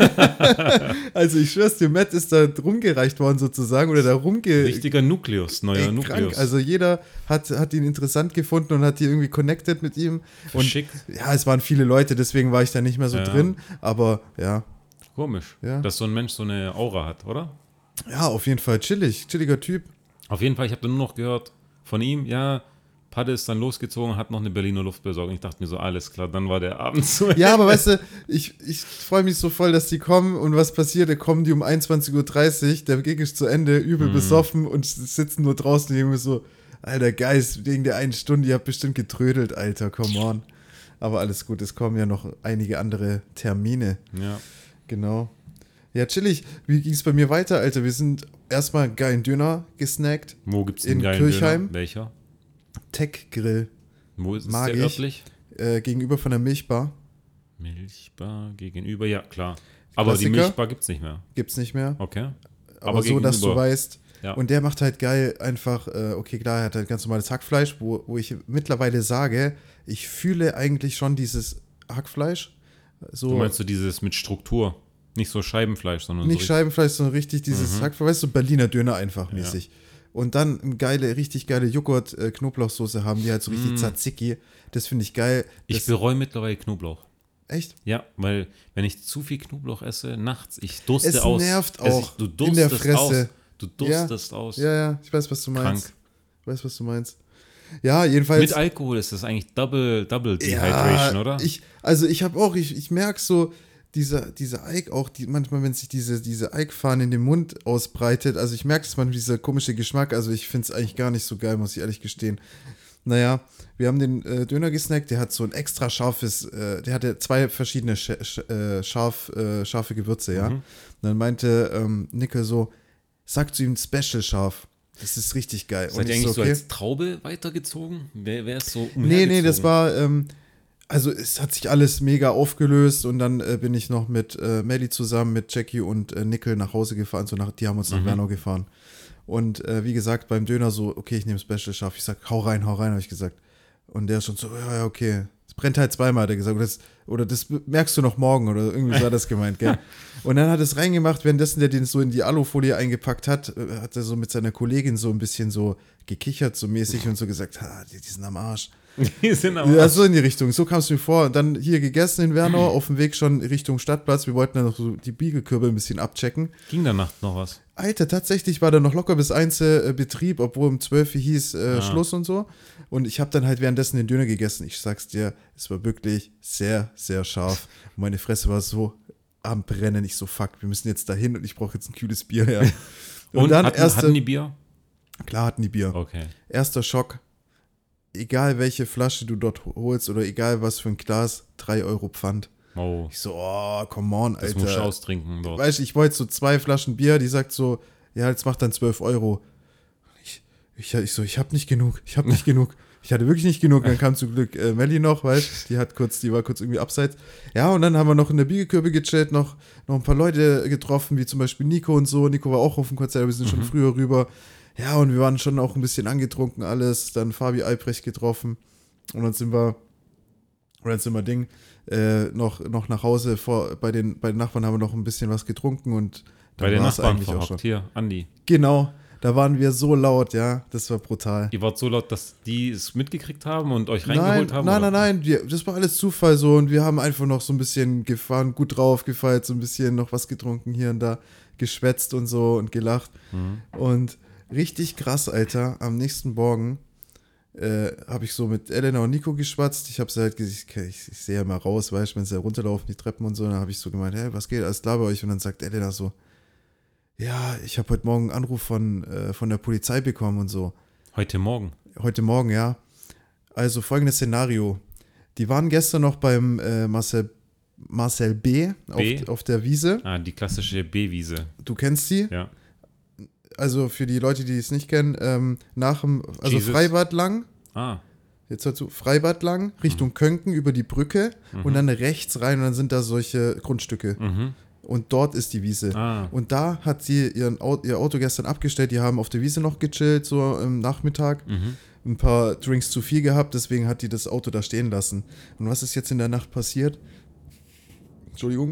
Also ich schwör's dir, Matt ist da rumgereicht worden sozusagen oder da rumge... Richtiger Nukleus, neuer Ey, Nukleus. krank. Also jeder hat, hat ihn interessant gefunden und hat die irgendwie connected mit ihm. Und Verschickt. ja, es waren viele Leute, deswegen war ich da nicht mehr so Ja. drin. Aber ja, Komisch, Ja. dass so ein Mensch so eine Aura hat, oder? ja, auf jeden Fall chillig, chilliger Typ. Auf jeden Fall, ich habe dann nur noch gehört von ihm, ja, Padde ist dann losgezogen, hat noch eine Berliner Luft besorgt. Und ich dachte mir so, alles klar, dann war der Abend so. Ja, aber weißt du, ich, ich freue mich so voll, dass die kommen und was passiert, da kommen die um einundzwanzig Uhr dreißig, der Gig ist zu Ende, übel Mhm. besoffen und sitzen nur draußen und irgendwie so, Alter, Geist, wegen der einen Stunde, ihr habt bestimmt getrödelt, Alter, come on. Aber alles gut, es kommen ja noch einige andere Termine, Ja, genau. Ja, chillig, wie ging es bei mir weiter, Alter? Wir sind erstmal einen geilen Döner gesnackt, wo gibt's In den geilen Kirchheim. Döner? Welcher? Tech-Grill, Wo ist es Mag der ich. örtlich? äh, gegenüber von der Milchbar, Milchbar gegenüber, ja klar. Aber die Klassiker. Milchbar gibt's nicht mehr. gibt's nicht mehr. Okay. Aber, Aber so, dass du gegenüber. weißt. Ja. Und der macht halt geil einfach, äh, okay, klar, er hat halt ganz normales Hackfleisch, wo, wo ich mittlerweile sage, ich fühle eigentlich schon dieses Hackfleisch. So, Du meinst so dieses mit Struktur? Nicht so Scheibenfleisch, sondern nicht so Scheibenfleisch, sondern richtig dieses Mhm. Hackfleisch, weißt du, Berliner Döner einfach mäßig. Und dann eine geile, richtig geile Joghurt-Knoblauchsoße haben, die halt so richtig Mm. Tzatziki. Das finde ich geil. Ich Das, bereue mittlerweile Knoblauch. echt? Ja, weil wenn ich zu viel Knoblauch esse, nachts, ich durste Es aus. nervt Es- auch Du in der durstest Fresse. aus. Du durstest aus. Ja, ja, ich weiß, was du meinst. Krank. Ich weiß, was du meinst. Ja, jedenfalls. Mit Alkohol ist das eigentlich Double, Double Dehydration, ja, oder? Ich, also ich habe auch, ich, ich merke so, dieser, dieser Eik auch, die, manchmal, wenn sich diese, diese Eikfahne in den Mund ausbreitet, also ich merke das manchmal, dieser komische Geschmack, also ich finde es eigentlich gar nicht so geil, muss ich ehrlich gestehen. Naja, wir haben den äh, Döner gesnackt, der hat so ein extra scharfes, äh, der hatte zwei verschiedene sch sch äh, scharf, äh, scharfe Gewürze, ja. Mhm. Und dann meinte ähm, Nickel so, sag zu ihm Special scharf. Das ist richtig geil. Seid Und ihr ich eigentlich so okay. als Traube weitergezogen? Wer, wer ist so Nee, nee, das umhergezogen? war, ähm, also es hat sich alles mega aufgelöst und dann äh, bin ich noch mit äh, Melly zusammen, mit Jackie und äh, Nickel nach Hause gefahren, so nach, die haben uns nach Mhm. Wernau gefahren. Und äh, wie gesagt, beim Döner so, okay, ich nehme Special scharf. Ich sag, hau rein, hau rein, habe ich gesagt. Und der schon so, ja, ja, okay, brennt halt zweimal, hat er gesagt. Oder das, oder das merkst du noch morgen oder irgendwie so hat er das gemeint, gell? Und dann hat er es reingemacht, währenddessen der den so in die Alufolie eingepackt hat, hat er so mit seiner Kollegin so ein bisschen so gekichert, so mäßig und so gesagt, ha, die, die sind am Arsch. Die sind am Arsch. Ja, so in die Richtung. So kam es mir vor. Und dann hier gegessen in Wernau, auf dem Weg schon Richtung Stadtplatz. Wir wollten dann noch so die Biegelkürbel ein bisschen abchecken. Ging da Nacht noch was? Alter, tatsächlich war da noch locker bis eins äh, Betrieb, obwohl um zwölf hieß äh, Ah. Schluss und so. Und ich habe dann halt währenddessen den Döner gegessen. Ich sag's dir, es war wirklich sehr, sehr scharf. Und meine Fresse war so am Brennen. Ich so, fuck, wir müssen jetzt dahin und ich brauche jetzt ein kühles Bier, ja. Und, Und dann hatten, erste, hatten die Bier? klar hatten die Bier. Okay. Erster Schock, egal welche Flasche du dort holst oder egal was für ein Glas, drei Euro Pfand. Oh, Ich so, oh, come on, das musst du Alter. austrinken dort. Weißt du, ich wollte so zwei Flaschen Bier, die sagt so, ja, jetzt macht dann zwölf Euro. Ich, ich, ich so, ich hab nicht genug, ich hab nicht genug. Ich hatte wirklich nicht genug. Dann kam zum Glück äh, Melli noch, weißt du, die hat kurz, die war kurz irgendwie abseits. Ja, und dann haben wir noch in der Biegekürbe gechillt, noch, noch ein paar Leute getroffen, wie zum Beispiel Nico und so. Nico war auch auf dem Konzert, wir sind schon Mhm. früher rüber. Ja, und wir waren schon auch ein bisschen angetrunken, alles. Dann Fabi Albrecht getroffen. Und dann sind wir, und dann sind wir Ding, äh, noch, noch nach Hause vor, bei den, bei den Nachbarn haben wir noch ein bisschen was getrunken und dann Bei den war's Nachbarn eigentlich auch schon. verhockt. Hier, Andi. Genau, da waren wir so laut, ja, das war brutal. Ihr wart so laut, dass die es mitgekriegt haben und euch Nein, reingeholt haben? nein, oder? nein, nein, wir, das war alles Zufall so und wir haben einfach noch so ein bisschen gefahren, gut drauf gefeiert, so ein bisschen noch was getrunken hier und da, geschwätzt und so und gelacht. Mhm. Und richtig krass, Alter, am nächsten Morgen äh, habe ich so mit Elena und Nico geschwatzt. Ich habe sie halt gesagt, ich, ich, ich sehe ja mal raus, weißt du, wenn sie da runterlaufen, die Treppen und so. Dann habe ich so gemeint, hey, was geht, alles klar bei euch? Und dann sagt Elena so, ja, ich habe heute Morgen einen Anruf von, äh, von der Polizei bekommen und so. Heute Morgen. Heute Morgen, ja. Also folgendes Szenario. Die waren gestern noch beim äh, Marcel, Marcel B. B? Auf, auf der Wiese. Ah, die klassische B-Wiese. Du kennst sie. Ja. Also für die Leute, die es nicht kennen, ähm, nach dem, also Jesus. Freibad lang, Ah, jetzt dazu, Freibad lang, Richtung Könken über die Brücke und dann rechts rein und dann sind da solche Grundstücke. mhm. Und dort ist die Wiese. Ah, Und da hat sie ihren Auto, ihr Auto gestern abgestellt, die haben auf der Wiese noch gechillt, so im Nachmittag. mhm. Ein paar Drinks zu viel gehabt, deswegen hat die das Auto da stehen lassen. Und was ist jetzt in der Nacht passiert? Entschuldigung.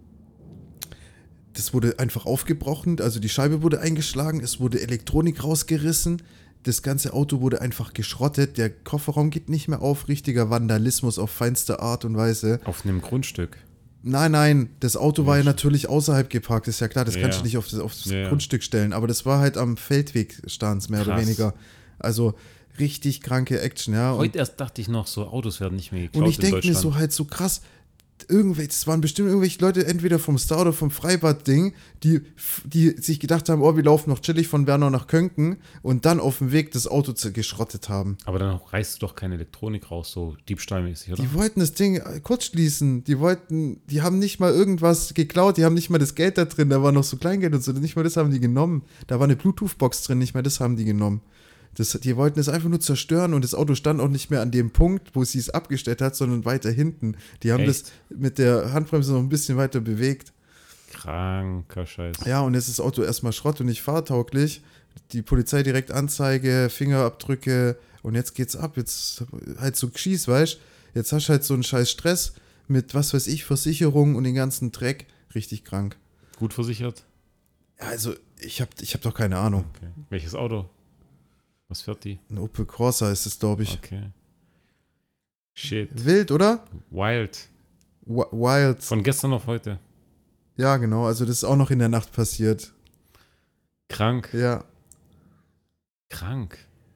Das wurde einfach aufgebrochen, also die Scheibe wurde eingeschlagen, es wurde Elektronik rausgerissen, das ganze Auto wurde einfach geschrottet, der Kofferraum geht nicht mehr auf, richtiger Vandalismus auf feinste Art und Weise. Auf einem Grundstück. Nein, nein, das Auto war ja natürlich außerhalb geparkt, ist ja klar, das Ja. kannst du nicht auf das, auf das Ja, ja. Grundstück stellen, aber das war halt am Feldweg stand's mehr oder Krass. weniger. Also richtig kranke Action, ja. Und, Heute erst dachte ich noch, so Autos werden nicht mehr geklaut und ich in denke mir Deutschland. so halt so krass, irgendwelche, es waren bestimmt irgendwelche Leute, entweder vom Star oder vom Freibad-Ding, die, die sich gedacht haben, oh, wir laufen noch chillig von Wernau nach Könken und dann auf dem Weg das Auto zu, geschrottet haben. Aber dann reißt du doch keine Elektronik raus, so diebstahlmäßig, oder? Die wollten das Ding kurz schließen. Die wollten, die haben nicht mal irgendwas geklaut, die haben nicht mal das Geld da drin, da war noch so Kleingeld und so, nicht mal das haben die genommen. Da war eine Bluetooth-Box drin, nicht mal das haben die genommen. Das, die wollten es einfach nur zerstören und das Auto stand auch nicht mehr an dem Punkt, wo sie es abgestellt hat, sondern weiter hinten. Die haben Echt? das mit der Handbremse noch ein bisschen weiter bewegt. Kranker Scheiß. Ja, und jetzt ist das Auto erstmal Schrott und nicht fahrtauglich. Die Polizei direkt Anzeige, Fingerabdrücke und jetzt geht's ab. Jetzt halt so Geschieß, weißt du? Jetzt hast du halt so einen scheiß Stress mit, was weiß ich, Versicherung und den ganzen Dreck. Richtig krank. Gut versichert? Ja, also ich hab, ich hab doch keine Ahnung. Okay. Welches Auto? Was fährt die? Ein Opel Corsa ist es, glaube ich. Okay. Shit. Wild, oder? Wild. W Wild. Von gestern auf heute. Ja, genau. Also das ist auch noch in der Nacht passiert. Krank. Ja. Krank.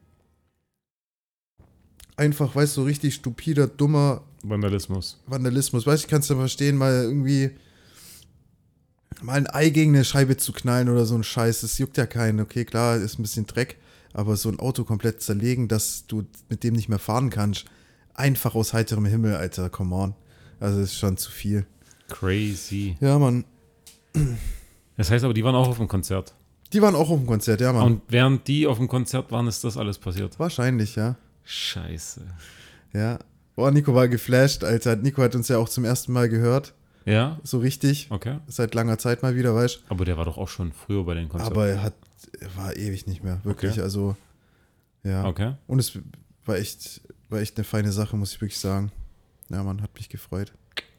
Einfach, weißt du, so richtig stupider, dummer Vandalismus. Vandalismus. Weißt du, ich kann es ja verstehen, mal irgendwie mal ein Ei gegen eine Scheibe zu knallen oder so ein Scheiß. Das juckt ja keinen. Okay, klar, ist ein bisschen Dreck. Aber so ein Auto komplett zerlegen, dass du mit dem nicht mehr fahren kannst. Einfach aus heiterem Himmel, Alter. Come on. Also das ist schon zu viel. Crazy. Ja, Mann. Das heißt aber, die waren auch auf dem Konzert. Die waren auch auf dem Konzert, ja, Mann. Und während die auf dem Konzert waren, ist das alles passiert. Wahrscheinlich, ja. Scheiße. Ja. Boah, Nico war geflasht, Alter. Nico hat uns ja auch zum ersten Mal gehört. Ja? So richtig. Okay. Seit langer Zeit mal wieder, weißt du. Aber der war doch auch schon früher bei den Konzerten. Aber er hat, er war ewig nicht mehr. Wirklich, Okay. also, ja. Okay. Und es war echt, war echt eine feine Sache, muss ich wirklich sagen. Ja, Mann, hat mich gefreut.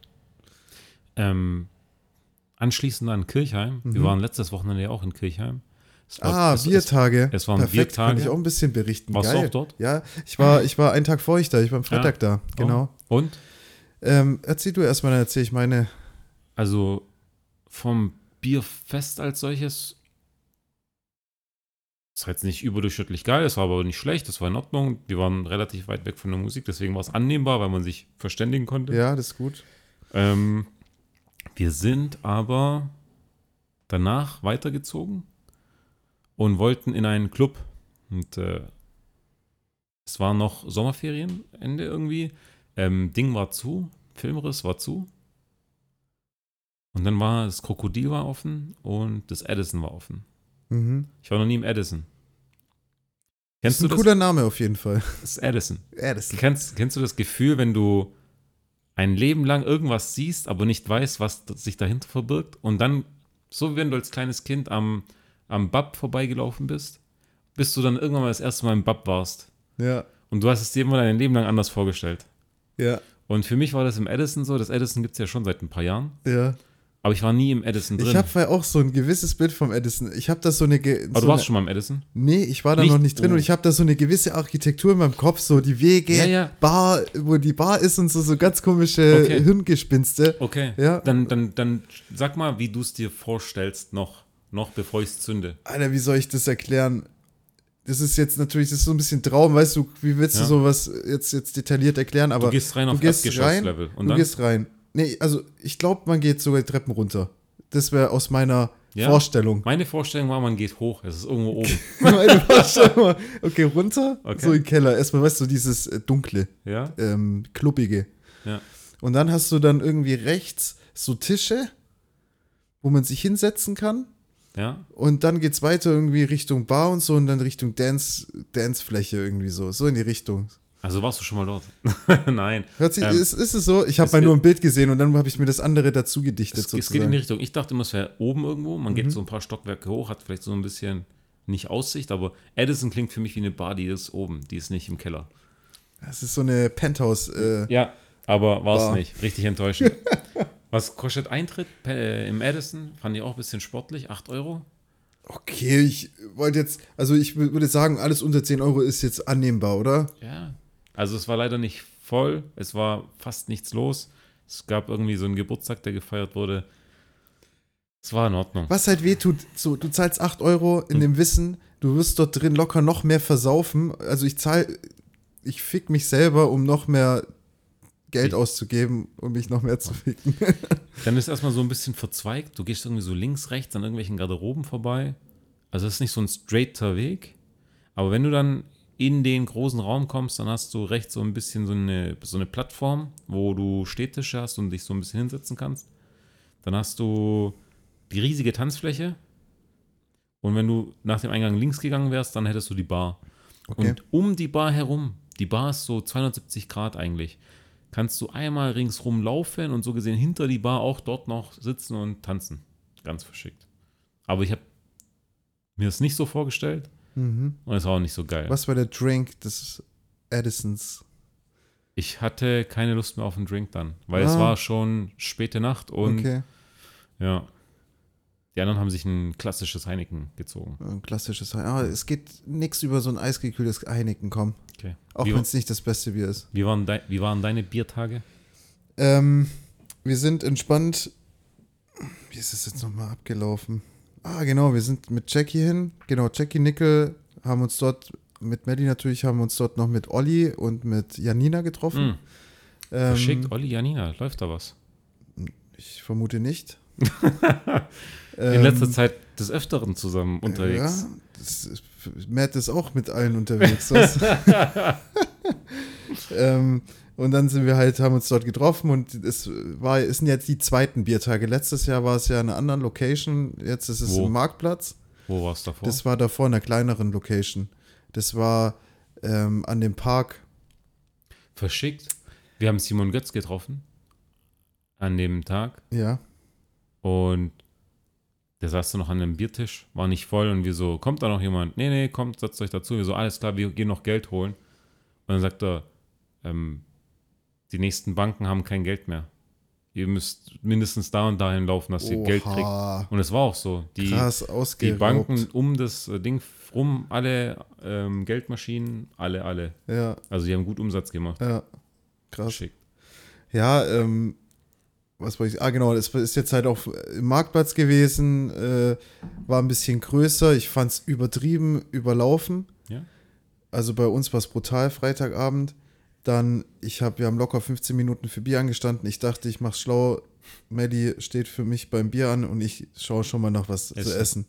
Ähm, anschließend an Kirchheim. Mhm. Wir waren letztes Wochenende ja auch in Kirchheim. Es war, Ah, es, Biertage. Es, es waren Perfekt, Biertage. kann ich auch ein bisschen berichten. Warst Geil. du auch dort? Ja, ich war, ich war einen Tag vor euch da. Ich war am Freitag Ja. da. Genau. Oh. Und? Ähm, erzähl du erstmal, dann erzähl ich meine. Also vom Bierfest als solches ist jetzt nicht überdurchschnittlich geil, es war aber nicht schlecht, es war in Ordnung. Wir waren relativ weit weg von der Musik, deswegen war es annehmbar, weil man sich verständigen konnte. Ja, das ist gut. Ähm, wir sind aber danach weitergezogen und wollten in einen Club. Und äh, es war noch Sommerferienende irgendwie. Ähm, Ding war zu, Filmriss war zu. Und dann war das Krokodil war offen und das Edison war offen. Mhm. Ich war noch nie im Edison. Das Kennst ist ein du das? cooler Name auf jeden Fall. Das ist Edison. Edison. Kennst, kennst du das Gefühl, wenn du ein Leben lang irgendwas siehst, aber nicht weißt, was sich dahinter verbirgt und dann, so wie wenn du als kleines Kind am, am Bab vorbeigelaufen bist, bis du dann irgendwann mal das erste Mal im Bab warst. Ja. Und du hast es dir immer dein Leben lang anders vorgestellt. Ja. Und für mich war das im Edison so. Das Edison gibt es ja schon seit ein paar Jahren. Ja. Aber ich war nie im Edison drin. Ich habe ja auch so ein gewisses Bild vom Edison. Ich habe da so eine. Ge- aber so du warst eine, schon mal im Edison? Nee, ich war da Nicht? noch nicht drin Oh. und ich habe da so eine gewisse Architektur in meinem Kopf, so die Wege, Ja, ja. Bar, wo die Bar ist und so, so ganz komische Okay. Hirngespinste. Okay. Ja. Dann, dann, dann sag mal, wie du es dir vorstellst, noch, noch bevor ich es zünde. Alter, wie soll ich das erklären? Das ist jetzt natürlich, das ist so ein bisschen Traum, weißt du, wie willst Ja. du sowas jetzt, jetzt detailliert erklären, aber Du gehst rein auf gehst Erdgeschosslevel. Und du dann? gehst rein. Nee, also ich glaube, man geht sogar die Treppen runter. Das wäre aus meiner Ja. Vorstellung. Meine Vorstellung war, man geht hoch. Es ist irgendwo oben. Meine Vorstellung war, okay, runter, Okay. so in den Keller. Erstmal, weißt du, dieses äh, dunkle, Ja? ähm, kluppige. Ja. Und dann hast du dann irgendwie rechts so Tische, wo man sich hinsetzen kann. Ja? Und dann geht's weiter irgendwie Richtung Bar und so und dann Richtung Dance, Dancefläche irgendwie so. So in die Richtung. Also warst du schon mal dort? Nein. Hört sich, Ähm, ist, ist es so? Ich habe es mal geht- nur ein Bild gesehen und dann habe ich mir das andere dazu gedichtet Es, es geht in sozusagen. die Richtung. Ich dachte immer, es wäre oben irgendwo. Man Mhm. geht so ein paar Stockwerke hoch, hat vielleicht so ein bisschen nicht Aussicht, aber Edison klingt für mich wie eine Bar, die ist oben. Die ist nicht im Keller. Das ist so eine Penthouse. Äh, Ja, aber war es Bar. nicht. Richtig enttäuschend. Was kostet Eintritt äh, im Edison? Fand ich auch ein bisschen sportlich. acht Euro. Okay, ich wollte jetzt, also ich wür- würde sagen, alles unter zehn Euro ist jetzt annehmbar, oder? Ja. Also es war leider nicht voll. Es war fast nichts los. Es gab irgendwie so einen Geburtstag, der gefeiert wurde. Es war in Ordnung. Was halt wehtut, so, du zahlst acht Euro in Hm. dem Wissen, du wirst dort drin locker noch mehr versaufen. Also ich zahle, ich fick mich selber, um noch mehr Geld Ich- auszugeben, um mich noch mehr zu ficken. Dann ist erstmal so ein bisschen verzweigt. Du gehst irgendwie so links, rechts an irgendwelchen Garderoben vorbei. Also das ist nicht so ein straighter Weg. Aber wenn du dann in den großen Raum kommst, dann hast du rechts so ein bisschen so eine, so eine Plattform, wo du Stehtische hast und dich so ein bisschen hinsetzen kannst. Dann hast du die riesige Tanzfläche. Und wenn du nach dem Eingang links gegangen wärst, dann hättest du die Bar. Okay. Und um die Bar herum, die Bar ist so zweihundertsiebzig Grad eigentlich, kannst du einmal ringsrum laufen und so gesehen hinter die Bar auch dort noch sitzen und tanzen. Ganz verschickt. Aber ich habe mir das nicht so vorgestellt Mhm. und es war auch nicht so geil. Was war der Drink des Edisons? Ich hatte keine Lust mehr auf einen Drink dann, weil es Ah. war schon späte Nacht und Okay, ja. Die anderen haben sich ein klassisches Heineken gezogen. ein klassisches. Ah, es geht nichts über so ein eisgekühltes Heineken, komm. Okay. Auch Wie, wenn es nicht das beste Bier ist. wie, waren dei- wie waren deine Biertage? Ähm, wir sind entspannt. Wie ist es jetzt nochmal abgelaufen? Ah, genau, wir sind mit Jackie hin. Genau, Jackie Nickel haben uns dort, mit Melly natürlich, haben uns dort noch mit Olli und mit Janina getroffen. Hm. Ähm, Verschickt, Olli, Janina, läuft da was? Ich vermute nicht. In letzter Zeit des Öfteren zusammen unterwegs. Ja, das ist, Matt ist auch mit allen unterwegs. Was? ähm, und dann sind wir halt, haben uns dort getroffen und es war, es sind jetzt die zweiten Biertage. Letztes Jahr war es ja in einer anderen Location, jetzt ist es Wo? im Marktplatz. Wo war es davor? Das war davor in einer kleineren Location. Das war ähm, an dem Park. Verschickt. Wir haben Simon Götz getroffen an dem Tag Ja, und der saß dann noch an einem Biertisch, war nicht voll und wir so, kommt da noch jemand? Nee, nee, kommt, setzt euch dazu. Wir so, alles klar, wir gehen noch Geld holen. Und dann sagt er, ähm, die nächsten Banken haben kein Geld mehr. Ihr müsst mindestens da und dahin laufen, dass ihr Oha. Geld kriegt. Und es war auch so. Die, Krass die ausgeraubt. Banken um das äh, Ding rum, alle ähm, Geldmaschinen, alle, alle. Ja, Also die haben gut Umsatz gemacht. ja. Krass. Schick. Ja, ähm, was wollte ich, ah genau, das ist jetzt halt auch im Marktplatz gewesen, äh, war ein bisschen größer, ich fand es übertrieben, überlaufen. Ja. Also bei uns war es brutal, Freitagabend. Dann, ich habe, wir haben locker fünfzehn Minuten für Bier angestanden. Ich dachte, ich mache schlau. Maddie steht für mich beim Bier an und ich schaue schon mal nach was Essen. zu essen.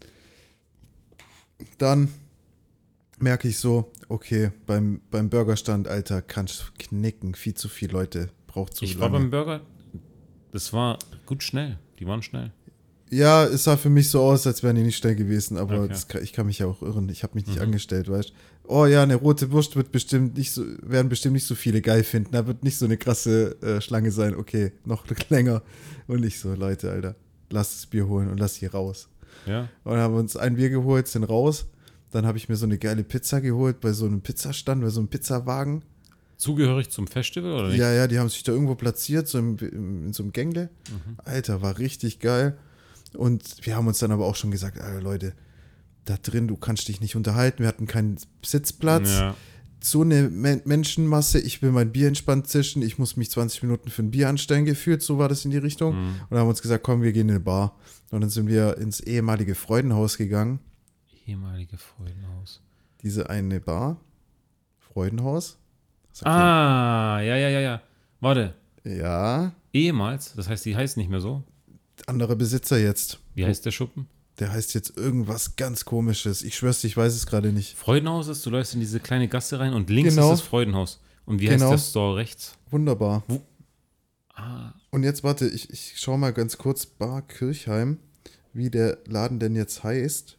Dann merke ich so, okay, beim, beim Burgerstand, Alter, kannst knicken. Viel zu viele Leute, braucht zu Ich lange. war beim Burger, das war gut schnell. Die waren schnell. Ja, es sah für mich so aus, als wären die nicht schnell gewesen, aber Okay. das kann, ich kann mich ja auch irren. Ich habe mich nicht Mhm. angestellt, weißt du. Oh ja, eine rote Wurst wird bestimmt nicht so, werden bestimmt nicht so viele geil finden. Da wird nicht so eine krasse äh, Schlange sein. Okay, noch länger. Und ich so, Leute, Alter, lasst das Bier holen und lasst hier raus. Ja. Und dann haben wir uns ein Bier geholt, sind raus. Dann habe ich mir so eine geile Pizza geholt bei so einem Pizzastand, bei so einem Pizzawagen. Zugehörig zum Festival oder nicht? Ja, ja, die haben sich da irgendwo platziert, so im, im, in so einem Gängle. Mhm. Alter, war richtig geil. Und wir haben uns dann aber auch schon gesagt, Alter, Leute, da drin, du kannst dich nicht unterhalten. Wir hatten keinen Sitzplatz. Ja. So eine Men- Menschenmasse. Ich will mein Bier entspannt zischen. Ich muss mich zwanzig Minuten für ein Bier anstellen, gefühlt. So war das in die Richtung. Mhm. Und dann haben wir uns gesagt, komm, wir gehen in eine Bar. Und dann sind wir ins ehemalige Freudenhaus gegangen. Ehemalige Freudenhaus. Diese eine Bar. Freudenhaus. Sagt Ah, ja, ja, ja, ja. Warte. ihr- Ja, Ehemals, das heißt, die heißt nicht mehr so. anderer Besitzer jetzt. Wie heißt der Schuppen? Der heißt jetzt irgendwas ganz Komisches. Ich schwör's dir, ich weiß es gerade nicht. Freudenhaus ist, du läufst in diese kleine Gasse rein und links Genau. ist das Freudenhaus. Und wie Genau. heißt der Store rechts? Wunderbar. Ah, Und jetzt warte, ich, ich schau mal ganz kurz Bar Kirchheim, wie der Laden denn jetzt heißt.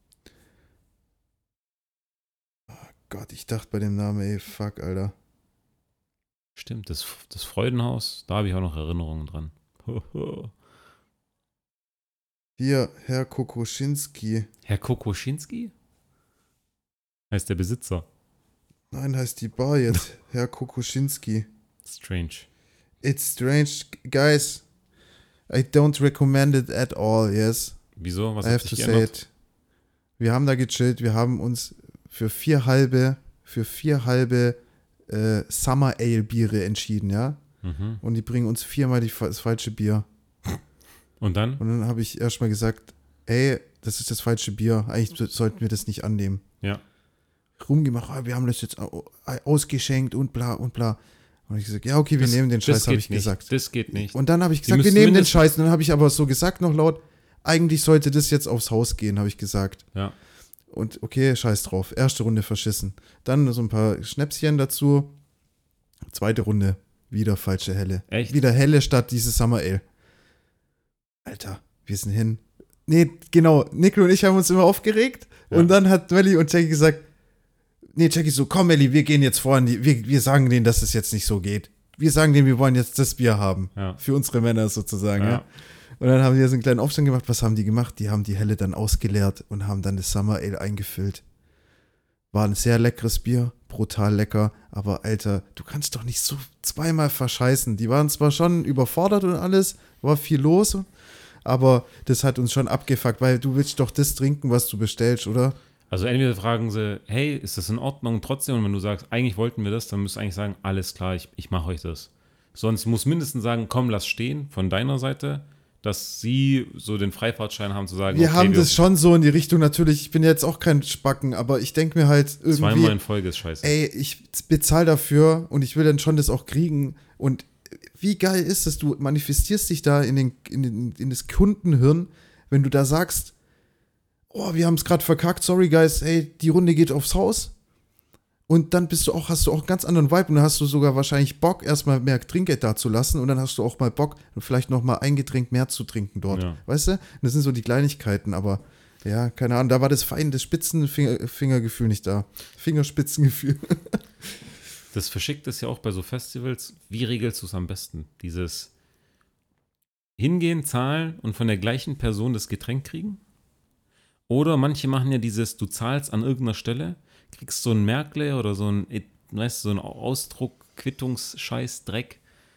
Oh Gott, ich dachte bei dem Namen, ey, fuck, Alter. stimmt, das, das Freudenhaus, da habe ich auch noch Erinnerungen dran. Hier, Herr Kokoschinski. Herr Kokoschinski? Heißt der Besitzer. Nein, heißt die Bar jetzt. Herr Kokoschinski. Strange. It's strange, guys. I don't recommend it at all, yes. Wieso? Was I hat have to sich say geändert? it. Wir haben da gechillt, wir haben uns für vier halbe, für vier halbe äh, Summer Ale Biere entschieden, ja. Mhm. Und die bringen uns viermal die, das falsche Bier. Und dann? Und dann habe ich erstmal gesagt, ey, das ist das falsche Bier. Eigentlich so- sollten wir das nicht annehmen. Ja. Rumgemacht, ah, wir haben das jetzt au- ausgeschenkt und bla und bla. Und ich gesagt, ja, okay, wir Das- nehmen den das Scheiß, habe geht ich nicht. gesagt. Das geht nicht. Und dann habe ich Die gesagt, wir müssen nehmen den mindestens- Scheiß. Und dann habe ich aber so gesagt, noch laut, eigentlich sollte das jetzt aufs Haus gehen, habe ich gesagt. Ja. Und okay, scheiß drauf. Erste Runde verschissen. Dann so ein paar Schnäpschen dazu. Zweite Runde, wieder falsche Helle. Echt? Wieder Helle statt dieses Summer Ale. Alter, wir sind hin. Nee, genau. Nico und ich haben uns immer aufgeregt. Ja. Und dann hat Melli und Jackie gesagt, nee, Jackie so, komm Melli, wir gehen jetzt voran. Wir, wir sagen denen, dass es jetzt nicht so geht. Wir sagen denen, wir wollen jetzt das Bier haben. Ja. Für unsere Männer sozusagen, ja. Ja. Und dann haben wir so einen kleinen Aufstand gemacht. Was haben die gemacht? Die haben die Helle dann ausgeleert und haben dann das Summer Ale eingefüllt. War ein sehr leckeres Bier, brutal lecker, aber Alter, du kannst doch nicht so zweimal verscheißen. Die waren zwar schon überfordert und alles, war viel los, aber das hat uns schon abgefuckt, weil du willst doch das trinken, was du bestellst, oder? Also entweder fragen sie, hey, ist das in Ordnung trotzdem? Und wenn du sagst, eigentlich wollten wir das, dann musst du eigentlich sagen, alles klar, ich, ich mache euch das. Sonst muss mindestens sagen, komm, lass stehen von deiner Seite, dass sie so den Freifahrtschein haben zu sagen, Wir okay, haben wir das schon so in die Richtung, natürlich, ich bin jetzt auch kein Spacken, aber ich denke mir halt irgendwie, zweimal in Folge ist scheiße. ey, ich bezahle dafür und ich will dann schon das auch kriegen. Und wie geil ist es, du manifestierst dich da in, den, in, den, in das Kundenhirn, wenn du da sagst, oh, wir haben es gerade verkackt, sorry guys, ey, die Runde geht aufs Haus. Und dann bist du auch, hast du auch einen ganz anderen Vibe und dann hast du sogar wahrscheinlich Bock, erstmal mehr Trinkgeld da zu lassen und dann hast du auch mal Bock, vielleicht noch mal ein Getränk mehr zu trinken dort. Ja. Weißt du? Das sind so die Kleinigkeiten, aber ja, keine Ahnung, da war das fein, das Spitzenfingergefühl nicht da. Fingerspitzengefühl. Das verschickt ist ja auch bei so Festivals. Wie regelst du es am besten? Dieses Hingehen, zahlen und von der gleichen Person das Getränk kriegen? Oder manche machen ja dieses, du zahlst an irgendeiner Stelle, kriegst so ein Merkle oder so ein, weißt du, so ein Ausdruck, Quittungsscheiß, Dreck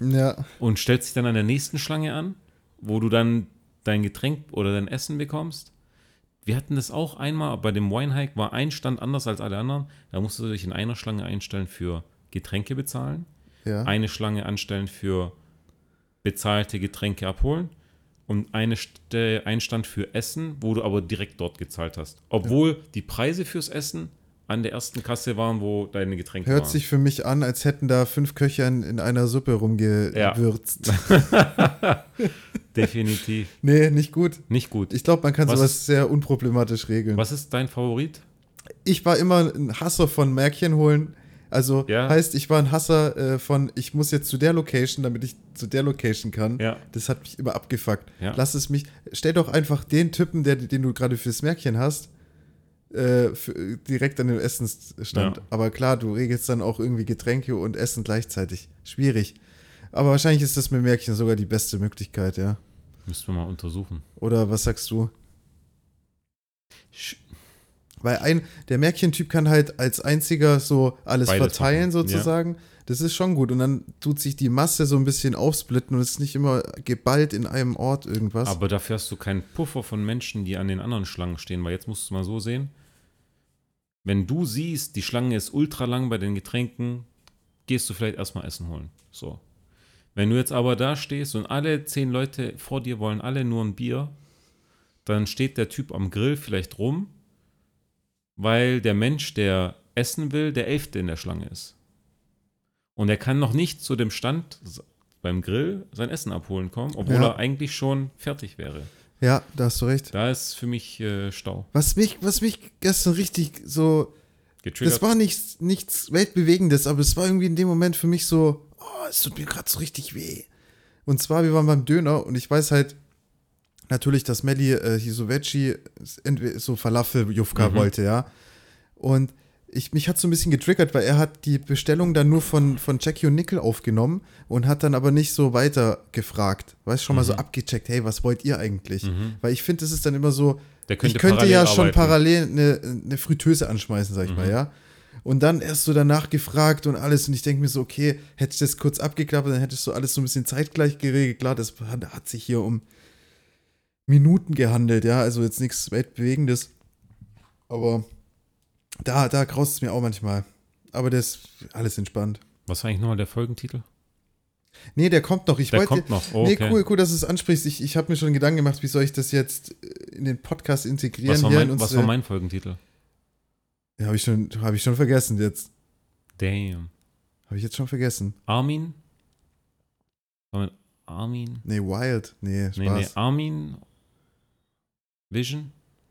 Ja. und stellst dich dann an der nächsten Schlange an, wo du dann dein Getränk oder dein Essen bekommst. Wir hatten das auch einmal, bei dem Wine-Hike war ein Stand anders als alle anderen. Da musst du dich in einer Schlange einstellen für Getränke bezahlen, Ja. eine Schlange anstellen für bezahlte Getränke abholen und eine St- ein Stand für Essen, wo du aber direkt dort gezahlt hast. Obwohl die Preise fürs Essen an der ersten Kasse waren, wo deine Getränke Hört waren. sich für mich an, als hätten da fünf Köche in, in einer Suppe rumgewürzt. Ja. Definitiv. Nee, nicht gut. Nicht gut. Ich glaube, man kann Was sowas ist- sehr unproblematisch regeln. Was ist dein Favorit? Ich war immer ein Hasser von Märkchen holen. Also Ja. heißt, ich war ein Hasser äh, von, ich muss jetzt zu der Location, damit ich zu der Location kann. Ja. Das hat mich immer abgefuckt. Ja. Lass es mich, stell doch einfach den Typen, der, den du gerade fürs Märkchen hast, äh, für, direkt an den Essensstand. Ja. Aber klar, du regelst dann auch irgendwie Getränke und Essen gleichzeitig. Schwierig. Aber wahrscheinlich ist das mit Märkchen sogar die beste Möglichkeit, ja. Müssen wir mal untersuchen. Oder was sagst du? Sch- Weil ein, der Märchentyp kann halt als einziger so alles Beides verteilen, machen, sozusagen. Das ist schon gut. Und dann tut sich die Masse so ein bisschen aufsplitten und es ist nicht immer geballt in einem Ort irgendwas. Aber dafür hast du keinen Puffer von Menschen, die an den anderen Schlangen stehen, weil jetzt musst du es mal so sehen. Wenn du siehst, die Schlange ist ultra lang bei den Getränken, gehst du vielleicht erstmal Essen holen. So. Wenn du jetzt aber da stehst und alle zehn Leute vor dir wollen alle nur ein Bier, dann steht der Typ am Grill vielleicht rum, weil der Mensch, der essen will, der Elfte in der Schlange ist. Und er kann noch nicht zu dem Stand beim Grill sein Essen abholen kommen, obwohl Ja. er eigentlich schon fertig wäre. Ja, da hast du recht. Da ist für mich äh, Stau. Was mich, was mich gestern richtig so, Getriggert. das war nichts, nichts Weltbewegendes, aber es war irgendwie in dem Moment für mich so, oh, es tut mir gerade so richtig weh. Und zwar, wir waren beim Döner und ich weiß halt natürlich, dass Melli äh, hier so Veggie, entweder so Falafel-Jufka Mhm. wollte, ja. Und ich, mich hat so ein bisschen getriggert, weil er hat die Bestellung dann nur von, von Jackie und Nickel aufgenommen und hat dann aber nicht so weiter gefragt. Weißt schon mal so abgecheckt, hey, was wollt ihr eigentlich? Mhm. Weil ich finde, es ist dann immer so, Der könnte ich könnte parallel ja schon arbeiten. parallel eine, eine Fritteuse anschmeißen, sag ich Mhm. mal, ja. Und dann erst so danach gefragt und alles. Und ich denke mir so, okay, hätte ich das kurz abgeklappert, dann hättest du alles so ein bisschen zeitgleich geregelt. Klar, das hat, hat sich hier um Minuten gehandelt, ja. Also jetzt nichts Weltbewegendes. Aber da, da graust es mir auch manchmal. Aber das ist alles entspannt. Was war eigentlich nochmal der Folgentitel? Nee, der kommt noch. Ich Der wollte, kommt noch. Oh, Nee, okay. cool, cool, dass du es ansprichst. Ich, ich habe mir schon Gedanken gemacht, wie soll ich das jetzt in den Podcast integrieren. Was war, hier mein, in was unsere- war mein Folgentitel? Ja, habe ich, schon- hab ich schon vergessen jetzt. Damn. Habe ich jetzt schon vergessen. Armin? War mit Armin? Nee, Wild. Nee, Nee, nee, Spaß. Armin? Vision?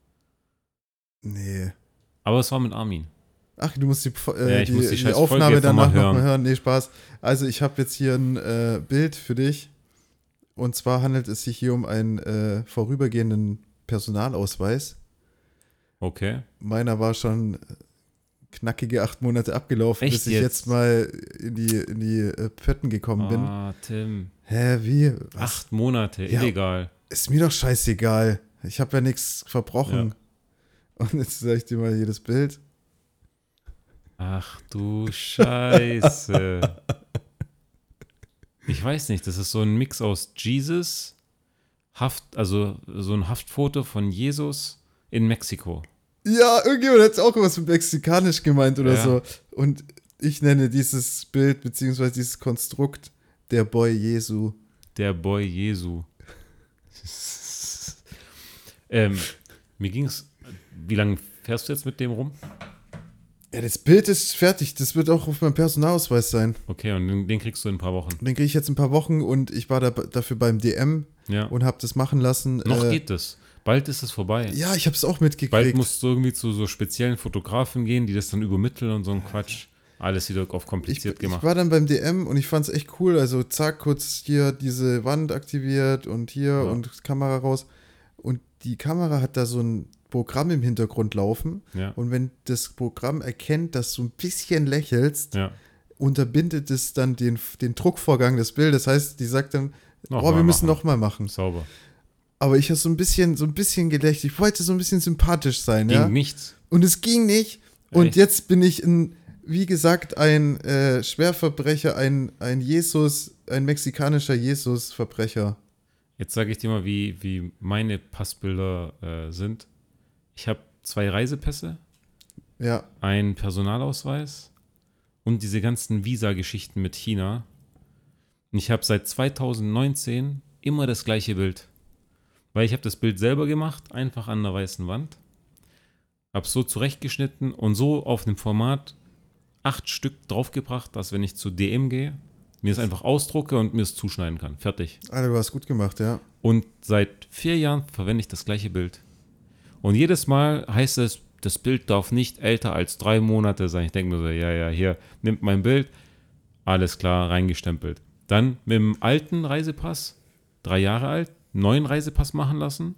Nee. Aber es war mit Armin. Ach, du musst die, äh, Ja, ich die, muss die die scheiß Aufnahme Folge jetzt noch mal danach nochmal hören. hören. Nee, Spaß. Also ich habe jetzt hier ein äh, Bild für dich. Und zwar handelt es sich hier um einen äh, vorübergehenden Personalausweis. Okay. Meiner war schon knackige acht Monate abgelaufen, Echt bis ich jetzt? jetzt mal in die, in die äh, Pötten gekommen bin. Ah, Tim. Hä, wie? Was? Acht Monate, Ja. illegal. Ist mir doch scheißegal. Ich habe ja nichts verbrochen. Und jetzt sage ich dir mal hier das Bild. Ach du Scheiße. Ich weiß nicht, das ist so ein Mix aus Jesus, Haft, also so ein Haftfoto von Jesus in Mexiko. Ja, irgendjemand hat auch was mit Mexikanisch gemeint oder Ja. so. Und ich nenne dieses Bild beziehungsweise dieses Konstrukt der Boy Jesu. Der Boy Jesu. ähm, mir ging's. Wie lange fährst du jetzt mit dem rum? Ja, das Bild ist fertig. Das wird auch auf meinem Personalausweis sein. Okay, und den, den kriegst du in ein paar Wochen. Den kriege ich jetzt in ein paar Wochen und ich war da, dafür beim D M Ja. und habe das machen lassen. Noch äh, geht es. Bald ist es vorbei. Ja, ich habe es auch mitgekriegt. Bald musst du irgendwie zu so speziellen Fotografen gehen, die das dann übermitteln und so ein Quatsch. Alles wieder auf ich, kompliziert ich gemacht. war dann beim D M und ich fand es echt cool. Also zack, kurz hier diese Wand aktiviert und hier Ja. und Kamera raus. Und die Kamera hat da so ein Programm im Hintergrund laufen. Ja. Und wenn das Programm erkennt, dass du ein bisschen lächelst, Ja. unterbindet es dann den, den Druckvorgang des Bildes. Das heißt, die sagt dann, Noch oh, wir mal müssen machen. noch mal machen. Sauber. Aber ich habe so ein bisschen, so ein bisschen gelächelt. Ich wollte so ein bisschen sympathisch sein, Ging ja. nichts. Und es ging nicht. Und Echt? jetzt bin ich, ein, wie gesagt, ein äh, Schwerverbrecher, ein, ein Jesus ein mexikanischer Jesus-Verbrecher. Jetzt sage ich dir mal, wie, wie meine Passbilder äh, sind. Ich habe zwei Reisepässe, Ja, einen Personalausweis und diese ganzen Visa-Geschichten mit China. Und ich habe seit zweitausendneunzehn immer das gleiche Bild. Weil ich habe das Bild selber gemacht, einfach an der weißen Wand. Habe es so zurechtgeschnitten und so auf einem Format acht Stück draufgebracht, dass wenn ich zu D M gehe, mir es einfach ausdrucke und mir es zuschneiden kann. Fertig. Alter, du hast gut gemacht, ja. Und seit vier Jahren verwende ich das gleiche Bild. Und jedes Mal heißt es, das Bild darf nicht älter als drei Monate sein. Ich denke mir so, ja, ja, hier, nimmt mein Bild, alles klar, reingestempelt. Dann mit dem alten Reisepass, drei Jahre alt, neuen Reisepass machen lassen.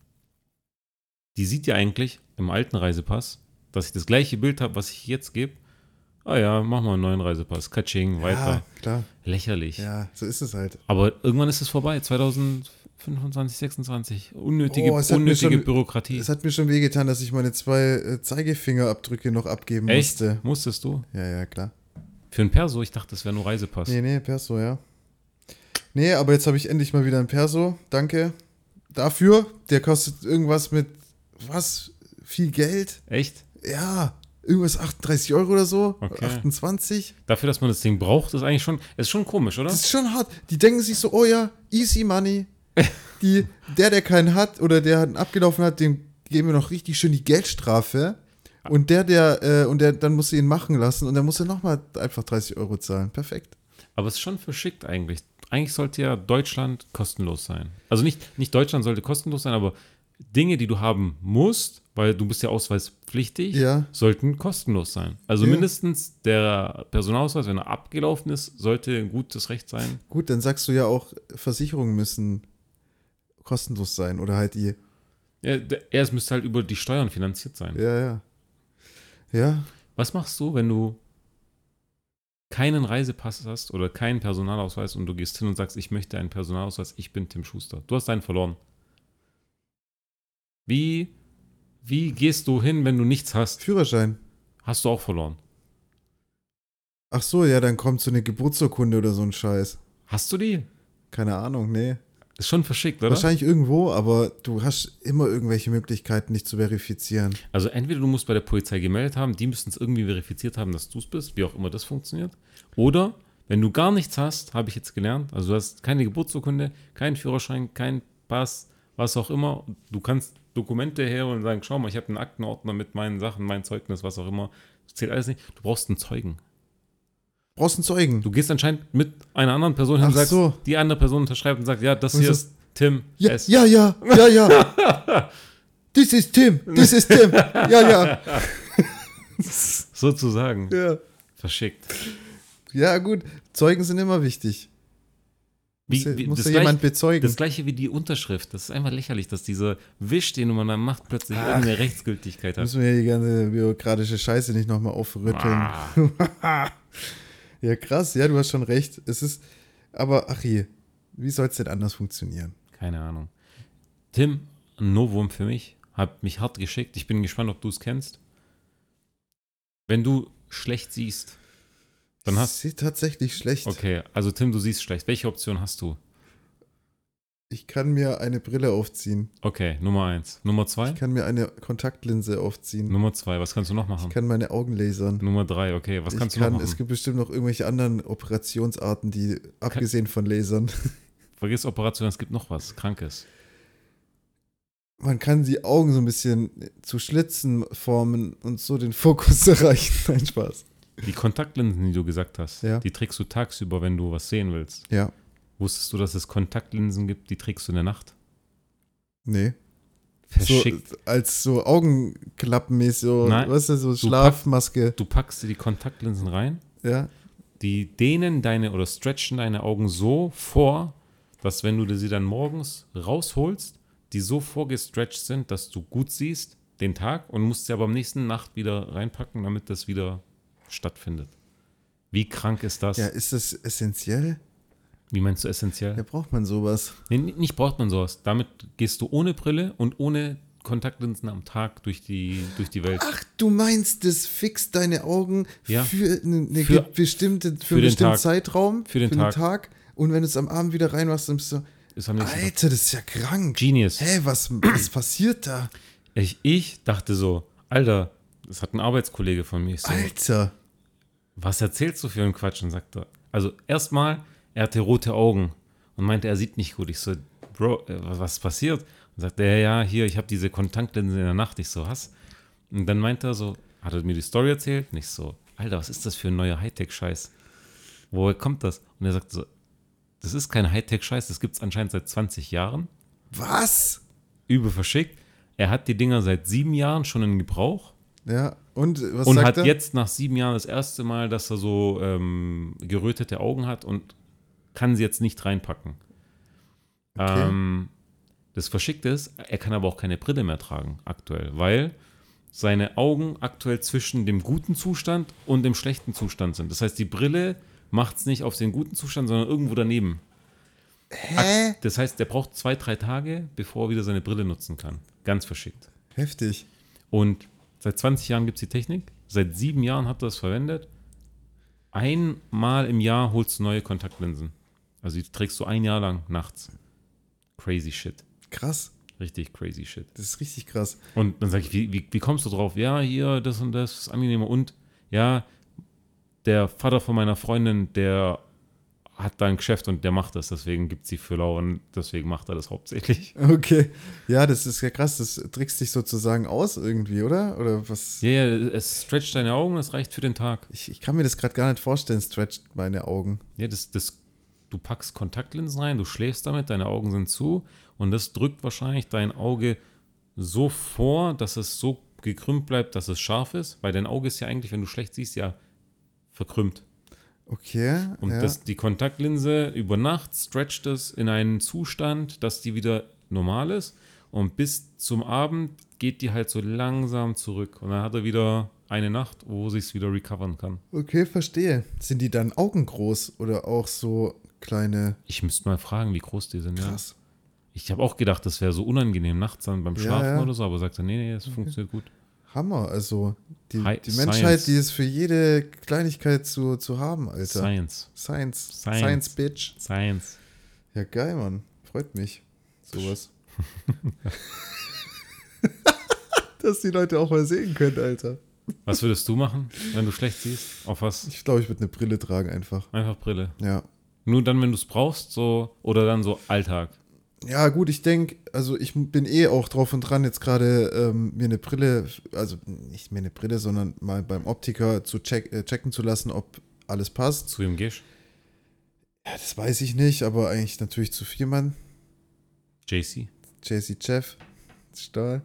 Die sieht ja eigentlich im alten Reisepass, dass ich das gleiche Bild habe, was ich jetzt gebe. Ah ja, mach mal einen neuen Reisepass. Katsching, weiter. Ja, klar. Lächerlich. Ja, so ist es halt. Aber irgendwann ist es vorbei. zweitausendfünfundzwanzig, sechsundzwanzig. Unnötige, Oh, es hat mir unnötige schon- Bürokratie. Es hat mir schon wehgetan, dass ich meine zwei äh, Zeigefingerabdrücke noch abgeben Echt? musste. Musstest du? Ja, ja, klar. Für ein Perso? Ich dachte, das wäre nur Reisepass. Nee, nee, Perso, ja. Nee, aber jetzt habe ich endlich mal wieder ein Perso. Danke dafür. Der kostet irgendwas mit, was? Viel Geld? Echt? Ja, irgendwas achtunddreißig Euro oder so. Okay. achtundzwanzig. Dafür, dass man das Ding braucht, ist eigentlich schon, ist schon komisch, oder? Das ist schon hart. Die denken sich so, oh ja, easy money. Die, der, der keinen hat oder der einen abgelaufen hat, dem geben wir noch richtig schön die Geldstrafe. Und der, der, äh, und der, dann muss sie ihn machen lassen und dann muss er nochmal einfach dreißig Euro zahlen. Perfekt. Aber es ist schon verschickt eigentlich. Eigentlich sollte ja Deutschland kostenlos sein. Also nicht, nicht Deutschland sollte kostenlos sein, aber Dinge, die du haben musst, weil du bist ja ausweispflichtig, Ja. sollten kostenlos sein. Also Ja. mindestens der Personalausweis, wenn er abgelaufen ist, sollte ein gutes Recht sein. Gut, dann sagst du ja auch, Versicherungen müssen kostenlos sein oder halt die. Ja, der- er müsste halt über die Steuern finanziert sein. Ja, ja. Ja, Was machst du, wenn du keinen Reisepass hast oder keinen Personalausweis und du gehst hin und sagst, ich möchte einen Personalausweis, ich bin Tim Schuster. Du hast deinen verloren. Wie, wie gehst du hin, wenn du nichts hast? Führerschein. Hast du auch verloren. Ach so, ja, dann kommt so eine Geburtsurkunde oder so ein Scheiß. Hast du die? Keine Ahnung, nee. Ist schon verschickt, oder? Wahrscheinlich irgendwo, aber du hast immer irgendwelche Möglichkeiten, dich zu verifizieren. Also entweder du musst bei der Polizei gemeldet haben, die müssten es irgendwie verifiziert haben, dass du es bist, wie auch immer das funktioniert. Oder, wenn du gar nichts hast, habe ich jetzt gelernt, also du hast keine Geburtsurkunde, keinen Führerschein, keinen Pass, was auch immer, du kannst Dokumente her und sagen, schau mal, ich habe einen Aktenordner mit meinen Sachen, mein Zeugnis, was auch immer. Das zählt alles nicht. Du brauchst einen Zeugen. Brauchst einen Zeugen. Du gehst anscheinend mit einer anderen Person hin und Ach sagst, so. die andere Person unterschreibt und sagt, ja, das Und hier so- ist Tim Ja, S. ja, ja, ja, ja. This is Tim, this is Tim. Ja, ja. Sozusagen. Ja, Verschickt. ja gut. Zeugen sind immer wichtig. Muss, Wie, wie, muss das, ja gleich, jemand bezeugen. das gleiche wie die Unterschrift. Das ist einfach lächerlich, dass dieser Wisch, den man dann macht, plötzlich Ach. irgendeine Rechtsgültigkeit hat. Müssen wir ja die ganze bürokratische Scheiße nicht nochmal aufrütteln. Ah, Ja, krass, ja, du hast schon recht. Es ist, aber ach je, wie soll es denn anders funktionieren? keine Ahnung. Tim, ein Novum für mich, hat mich hart geschickt. Ich bin gespannt, ob du es kennst. Wenn du schlecht siehst, dann hast Sieht tatsächlich schlecht. Okay, also Tim, du siehst schlecht. Welche Option hast du? Ich kann mir eine Brille aufziehen. Okay, Nummer eins. Nummer zwei? Ich kann mir eine Kontaktlinse aufziehen. Nummer zwei, was kannst du noch machen? Ich kann meine Augen lasern. Nummer drei, okay, was Ich kannst du kann, noch machen? es gibt bestimmt noch irgendwelche anderen Operationsarten, die, abgesehen von Lasern, Vergiss Operation, es gibt noch was Krankes. man kann die Augen so ein bisschen zu Schlitzen formen und so den Fokus erreichen. Nein, Spaß. Die Kontaktlinsen, die du gesagt hast, Ja. die trägst du tagsüber, wenn du was sehen willst. Ja, Wusstest du, dass es Kontaktlinsen gibt, die trägst du in der Nacht? nee. Verschickt. So, als so Augenklappenmäßig, so, Nein, weißt du, so du Schlafmaske. Du packst dir die Kontaktlinsen rein, Ja, die dehnen deine oder stretchen deine Augen so vor, dass wenn du dir sie dann morgens rausholst, die so vorgestretcht sind, dass du gut siehst den Tag und musst sie aber am nächsten Nacht wieder reinpacken, damit das wieder stattfindet. Wie krank ist das? ja, ist das essentiell? Wie meinst du essentiell? Ja, braucht man sowas? Nee, nicht braucht man sowas. Damit gehst du ohne Brille und ohne Kontaktlinsen am Tag durch die, durch die Welt. Ach, du meinst, das fixt deine Augen Ja. für eine, eine Für- ge- bestimmte, für, für einen den bestimmten Tag. Zeitraum? Für den Tag. Und wenn du es am Abend wieder reinmachst, dann bist du, Ist am nächsten Tag. Alter, das ist ja krank. Genius. Hä, was, was passiert da? Ich, ich dachte so, Alter, das hat ein Arbeitskollege von mir. Ich so, Alter. was erzählst du für einen Quatsch? Und sagt er, also erstmal, er hatte rote Augen und meinte, er sieht nicht gut. Ich so, Bro, äh, was, was ist passiert? Und sagt er, ja, hier, ich habe diese Kontaktlinsen in der Nacht. Ich so, was? Und dann meinte er so, hat er mir die Story erzählt? Und ich so, Alter, was ist das für ein neuer Hightech-Scheiß? Woher kommt das? Und er sagt so, das ist kein Hightech-Scheiß, das gibt es anscheinend seit zwanzig Jahren. Was? Übel verschickt. Er hat die Dinger seit sieben Jahren schon in Gebrauch. Ja, und was Und sagt hat er? jetzt nach sieben Jahren das erste Mal, dass er so ähm, gerötete Augen hat und kann sie jetzt nicht reinpacken. Okay. Ähm, das Verschickte ist, er kann aber auch keine Brille mehr tragen aktuell, weil seine Augen aktuell zwischen dem guten Zustand und dem schlechten Zustand sind. Das heißt, die Brille macht es nicht auf den guten Zustand, sondern irgendwo daneben. Hä? Das heißt, der braucht zwei, drei Tage, bevor er wieder seine Brille nutzen kann. Ganz verschickt. Heftig. Und seit zwanzig Jahren gibt es die Technik. Seit sieben Jahren hat er das verwendet. Einmal im Jahr holst du neue Kontaktlinsen. Also die trägst du ein Jahr lang nachts. Crazy shit. Krass. Richtig crazy shit. Das ist richtig krass. Und dann sage ich, wie, wie, wie kommst du drauf? Ja, hier, das und das ist angenehmer. Und ja, der Vater von meiner Freundin, der hat da ein Geschäft und der macht das. Deswegen gibt es die Füller und deswegen macht er das hauptsächlich. Okay. Ja, das ist ja krass. Das trickst dich sozusagen aus irgendwie, oder? Oder was? Ja, ja, es stretcht deine Augen, das reicht für den Tag. Ich, ich kann mir das gerade gar nicht vorstellen, stretcht meine Augen. Ja, das, das, du packst Kontaktlinsen rein, du schläfst damit, deine Augen sind zu und das drückt wahrscheinlich dein Auge so vor, dass es so gekrümmt bleibt, dass es scharf ist, weil dein Auge ist ja eigentlich, wenn du schlecht siehst, ja verkrümmt. Okay. Und ja. das, die Kontaktlinse über Nacht stretcht es in einen Zustand, dass die wieder normal ist und bis zum Abend geht die halt so langsam zurück und dann hat er wieder eine Nacht, wo sie es wieder recovern kann. Okay, verstehe. Sind die dann augengroß oder auch so kleine? Ich müsste mal fragen, wie groß die sind. Krass. Ja. Ich habe auch gedacht, das wäre so unangenehm nachts dann beim Ja, Schlafen ja. oder so, aber sagt er, nee, nee, das funktioniert gut. Hammer. Also die, Hi- die Menschheit, Science. die ist für jede Kleinigkeit zu, zu haben, Alter. Science. Science. Science. Science, Bitch. Science. Ja, geil, Mann. Freut mich. Sowas. Dass die Leute auch mal sehen können, Alter. Was würdest du machen, wenn du schlecht siehst? Auf was? Ich glaube, ich würde eine Brille tragen einfach. Einfach Brille. Ja. Nur dann, wenn du es brauchst, so, oder dann so Alltag. Ja, gut, ich denke, also ich bin eh auch drauf und dran, jetzt gerade ähm, mir eine Brille, also nicht mir eine Brille, sondern mal beim Optiker zu check, äh, checken zu lassen, ob alles passt. Zu ihm gehst. Ja, das weiß ich nicht, aber eigentlich natürlich zu viel, Mann. J C. J C Jeff, Stahl.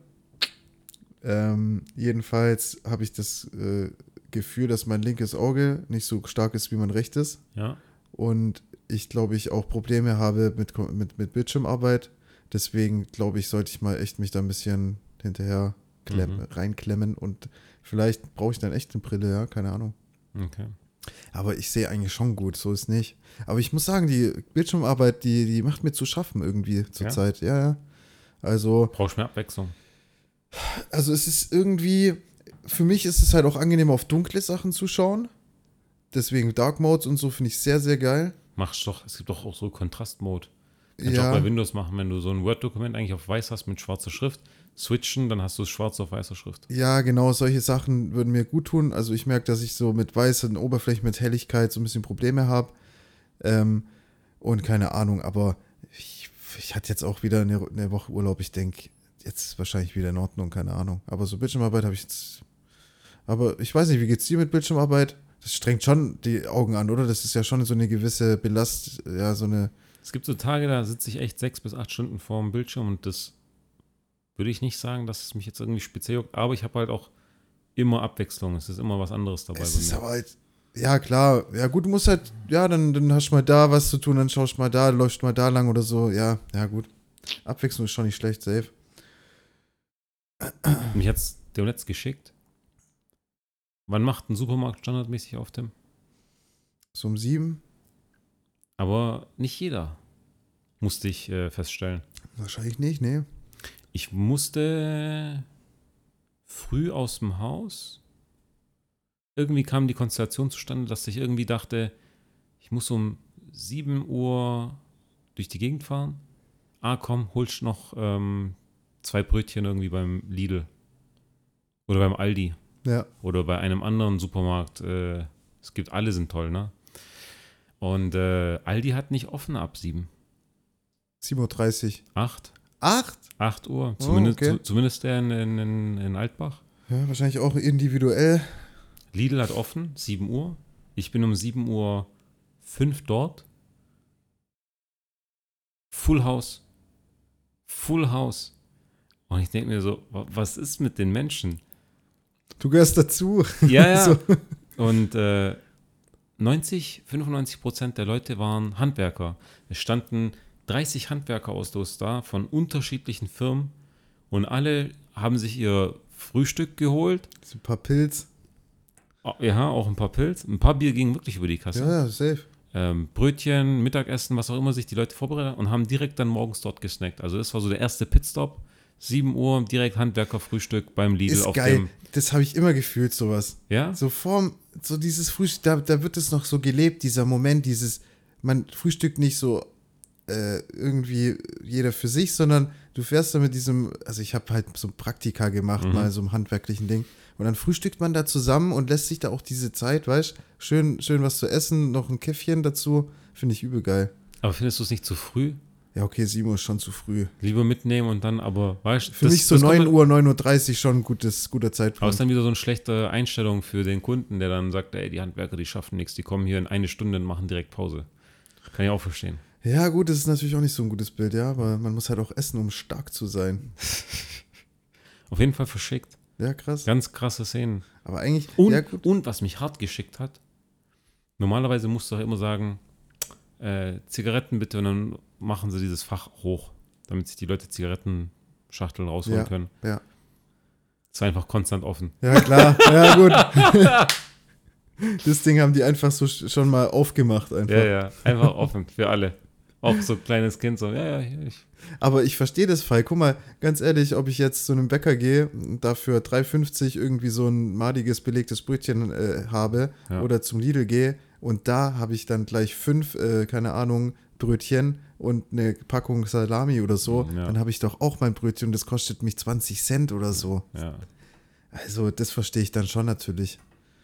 Ähm, jedenfalls habe ich das äh, Gefühl, dass mein linkes Auge nicht so stark ist wie mein rechtes. Ja. Und ich glaube, ich auch Probleme habe mit, mit, mit Bildschirmarbeit. Deswegen glaube ich, sollte ich mal echt mich da ein bisschen hinterher klemm, Mhm. reinklemmen und vielleicht brauche ich dann echt eine Brille, ja, keine Ahnung. Okay. Aber ich sehe eigentlich schon gut, so ist nicht. Aber ich muss sagen, die Bildschirmarbeit, die, die macht mir zu schaffen irgendwie zurzeit. Ja, ja. Also, Brauchst mehr Abwechslung. also es ist irgendwie, für mich ist es halt auch angenehm, auf dunkle Sachen zu schauen. Deswegen Dark Modes und so finde ich sehr, sehr geil. Machst doch, es gibt doch auch so Kontrast-Mode. Kannst du Ja. auch bei Windows machen, wenn du so ein Word-Dokument eigentlich auf weiß hast mit schwarzer Schrift, switchen, dann hast du es schwarz auf weißer Schrift. Ja, genau, solche Sachen würden mir gut tun. Also ich merke, dass ich so mit weißen Oberflächen, mit Helligkeit so ein bisschen Probleme habe. Ähm, und keine Ahnung, aber ich, ich hatte jetzt auch wieder eine, eine Woche Urlaub. Ich denke, jetzt ist wahrscheinlich wieder in Ordnung, keine Ahnung. Aber so Bildschirmarbeit habe ich jetzt. Aber ich weiß nicht, wie geht's dir mit Bildschirmarbeit? Das strengt schon die Augen an, oder? Das ist ja schon so eine gewisse Belast, ja, so eine. Es gibt so Tage, da sitze ich echt sechs bis acht Stunden vor dem Bildschirm und das würde ich nicht sagen, dass es mich jetzt irgendwie speziell juckt, aber ich habe halt auch immer Abwechslung. Es ist immer was anderes dabei Es bei ist mir. aber halt, ja klar, ja gut, du musst halt, ja, dann, dann hast du mal da was zu tun, dann schaust du mal da, läufst mal da lang oder so, ja, ja gut. Abwechslung ist schon nicht schlecht, safe. Mich hat es der letzt geschickt. Wann macht ein Supermarkt standardmäßig auf, Tim? So um sieben? Aber nicht jeder, musste ich äh, feststellen. Wahrscheinlich nicht, nee. Ich musste früh aus dem Haus. Irgendwie kam die Konstellation zustande, dass ich irgendwie dachte, ich muss um sieben Uhr durch die Gegend fahren. Ah, komm, holst noch ähm, zwei Brötchen irgendwie beim Lidl. Oder beim Aldi. Ja. Oder bei einem anderen Supermarkt. Äh, es gibt, alle sind toll, ne? Und äh, Aldi hat nicht offen ab sieben. sieben Uhr dreißig. acht. acht? acht Uhr. Oh, Zumindest, okay. zu, zumindest der in, in, in Altbach. Ja, wahrscheinlich auch individuell. Lidl hat offen, sieben Uhr. Ich bin um sieben Uhr fünf dort. Full House. Full House. Und ich denke mir so, wa- was ist mit den Menschen? Du gehörst dazu. Ja, ja. So. Und äh, neunzig, fünfundneunzig Prozent der Leute waren Handwerker. Es standen dreißig Handwerkerautos da von unterschiedlichen Firmen und alle haben sich ihr Frühstück geholt. So ein paar Pilz. Ah, ja, auch ein paar Pilz. Ein paar Bier gingen wirklich über die Kasse. Ja, ja, safe. Ähm, Brötchen, Mittagessen, was auch immer sich die Leute vorbereitet und haben direkt dann morgens dort gesnackt. Also das war so der erste Pitstop. sieben Uhr, direkt Handwerkerfrühstück beim Lidl Ist auf geil. dem. Das habe ich immer gefühlt, sowas. Ja? So vorm, so dieses Frühstück, da, da wird es noch so gelebt, dieser Moment, dieses, man frühstückt nicht so äh, irgendwie jeder für sich, sondern du fährst da mit diesem, also ich habe halt so Praktika gemacht, Mhm. mal so einem handwerklichen Ding. Und dann frühstückt man da zusammen und lässt sich da auch diese Zeit, weißt du, schön, schön was zu essen, noch ein Käffchen dazu, finde ich übel geil. Aber findest du es nicht zu früh? Ja, okay, sieben Uhr ist schon zu früh. Lieber mitnehmen und dann aber, weißt du, Für mich so neun Uhr, neun Uhr dreißig schon ein gutes, guter Aber es Zeitpunkt. ist dann wieder so eine schlechte Einstellung für den Kunden, der dann sagt, ey, die Handwerker, die schaffen nichts, die kommen hier in eine Stunde und machen direkt Pause. Kann ich auch verstehen. Ja, gut, das ist natürlich auch nicht so ein gutes Bild, ja, aber man muss halt auch essen, um stark zu sein. Auf jeden Fall verschickt. Ja, krass. Ganz krasse Szenen. Aber eigentlich, Und, ja gut. und was mich hart geschickt hat, normalerweise musst du auch immer sagen, äh, Zigaretten bitte, und dann machen sie dieses Fach hoch, damit sich die Leute Zigarettenschachteln rausholen Ja, können. ja. Es war einfach konstant offen. Ja, klar. Ja, gut. Das Ding haben die einfach so sch- schon mal aufgemacht einfach. Ja, ja, einfach offen für alle. Auch so ein kleines Kind, so, ja, ja, hier, ich. Aber ich verstehe das, Fall. Guck mal, ganz ehrlich, ob ich jetzt zu einem Bäcker gehe und dafür drei fünfzig irgendwie so ein madiges belegtes Brötchen äh, habe Ja. oder zum Lidl gehe und da habe ich dann gleich fünf, äh, keine Ahnung, Brötchen und eine Packung Salami oder so, Ja. dann habe ich doch auch mein Brötchen und das kostet mich zwanzig Cent oder so. Ja. Also das verstehe ich dann schon natürlich.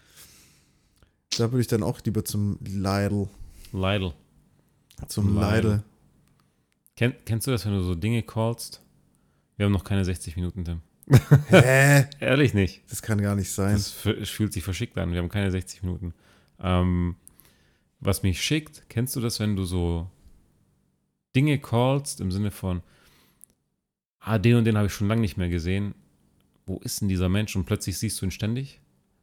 Da würde ich dann auch lieber zum Lidl. Lidl. Zum Lidl. Lidl. Kenn, kennst du das, wenn du so Dinge callst? Wir haben noch keine sechzig Minuten, Tim. Hä? Ehrlich nicht. Das kann gar nicht sein. Das f- fühlt sich verschickt an. Wir haben keine sechzig Minuten. Ähm, was mich schickt, kennst du das, wenn du so Dinge callst im Sinne von, ah, den und den habe ich schon lange nicht mehr gesehen. Wo ist denn dieser Mensch? Und plötzlich siehst du ihn ständig.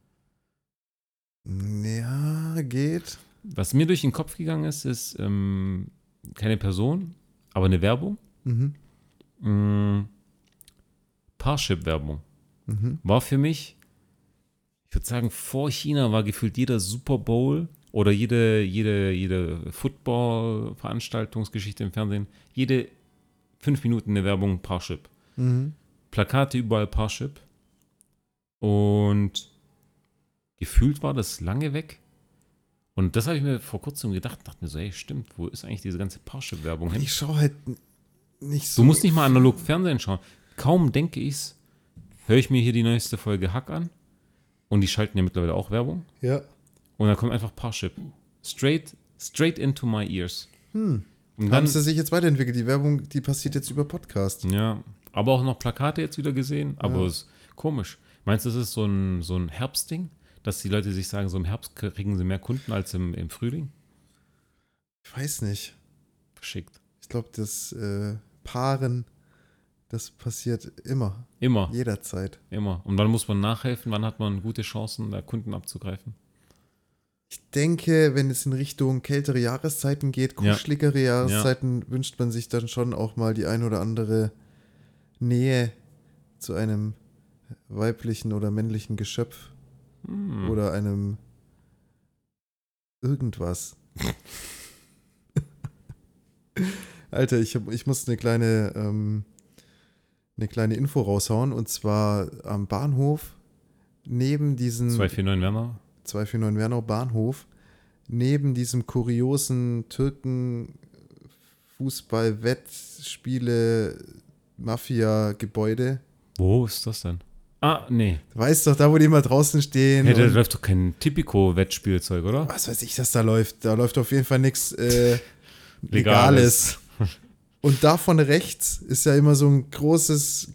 Ja, geht. Was mir durch den Kopf gegangen ist, ist ähm, keine Person, aber eine Werbung. Mhm. Mm, Parship-Werbung. Mhm. War für mich, ich würde sagen, vor China war gefühlt jeder Super Bowl oder jede, jede, jede Football-Veranstaltungsgeschichte im Fernsehen, jede fünf Minuten eine Werbung Parship. Mhm. Plakate überall Parship. Und gefühlt war das lange weg. Und das habe ich mir vor kurzem gedacht, dachte mir so, hey, stimmt, wo ist eigentlich diese ganze Parship-Werbung hin? Ich schaue halt n- nicht so. Du musst nicht mal analog Fernsehen schauen. Kaum denke ich's, höre ich mir hier die neueste Folge Hack an. Und die schalten ja mittlerweile auch Werbung. Ja. Und dann kommt einfach Parship. Straight, straight into my ears. Hm. Und Haben dann, sie sich jetzt weiterentwickelt? Die Werbung, die passiert jetzt über Podcast. ja, aber auch noch Plakate jetzt wieder gesehen. Aber Ja. es ist komisch. Meinst du, das ist so ein, so ein Herbstding? Dass die Leute sich sagen, so im Herbst kriegen sie mehr Kunden als im, im Frühling? Ich weiß nicht. Verschickt. Ich glaube, das äh, Paaren, das passiert immer. Immer, Jederzeit. immer. Und wann muss man nachhelfen? Wann hat man gute Chancen, da Kunden abzugreifen? Ich denke, wenn es in Richtung kältere Jahreszeiten geht, Ja. kuscheligere Jahreszeiten, wünscht man sich dann schon auch mal die ein oder andere Nähe zu einem weiblichen oder männlichen Geschöpf Hm. oder einem irgendwas. Alter, ich, hab, ich muss eine kleine, ähm, eine kleine Info raushauen und zwar am Bahnhof neben diesem zwei vier neun Werner. zwei vier neun Wernau Bahnhof neben diesem kuriosen Türken-Fußball-Wettspiele Mafia-Gebäude. Wo ist das denn? Ah, nee. Du weißt doch, da wo die immer draußen stehen. Hey, da läuft doch kein Tipico-Wettspielzeug, oder? Was weiß ich, dass da läuft. Da läuft auf jeden Fall nichts äh, Legales. Legales. Und davon rechts ist ja immer so ein großes,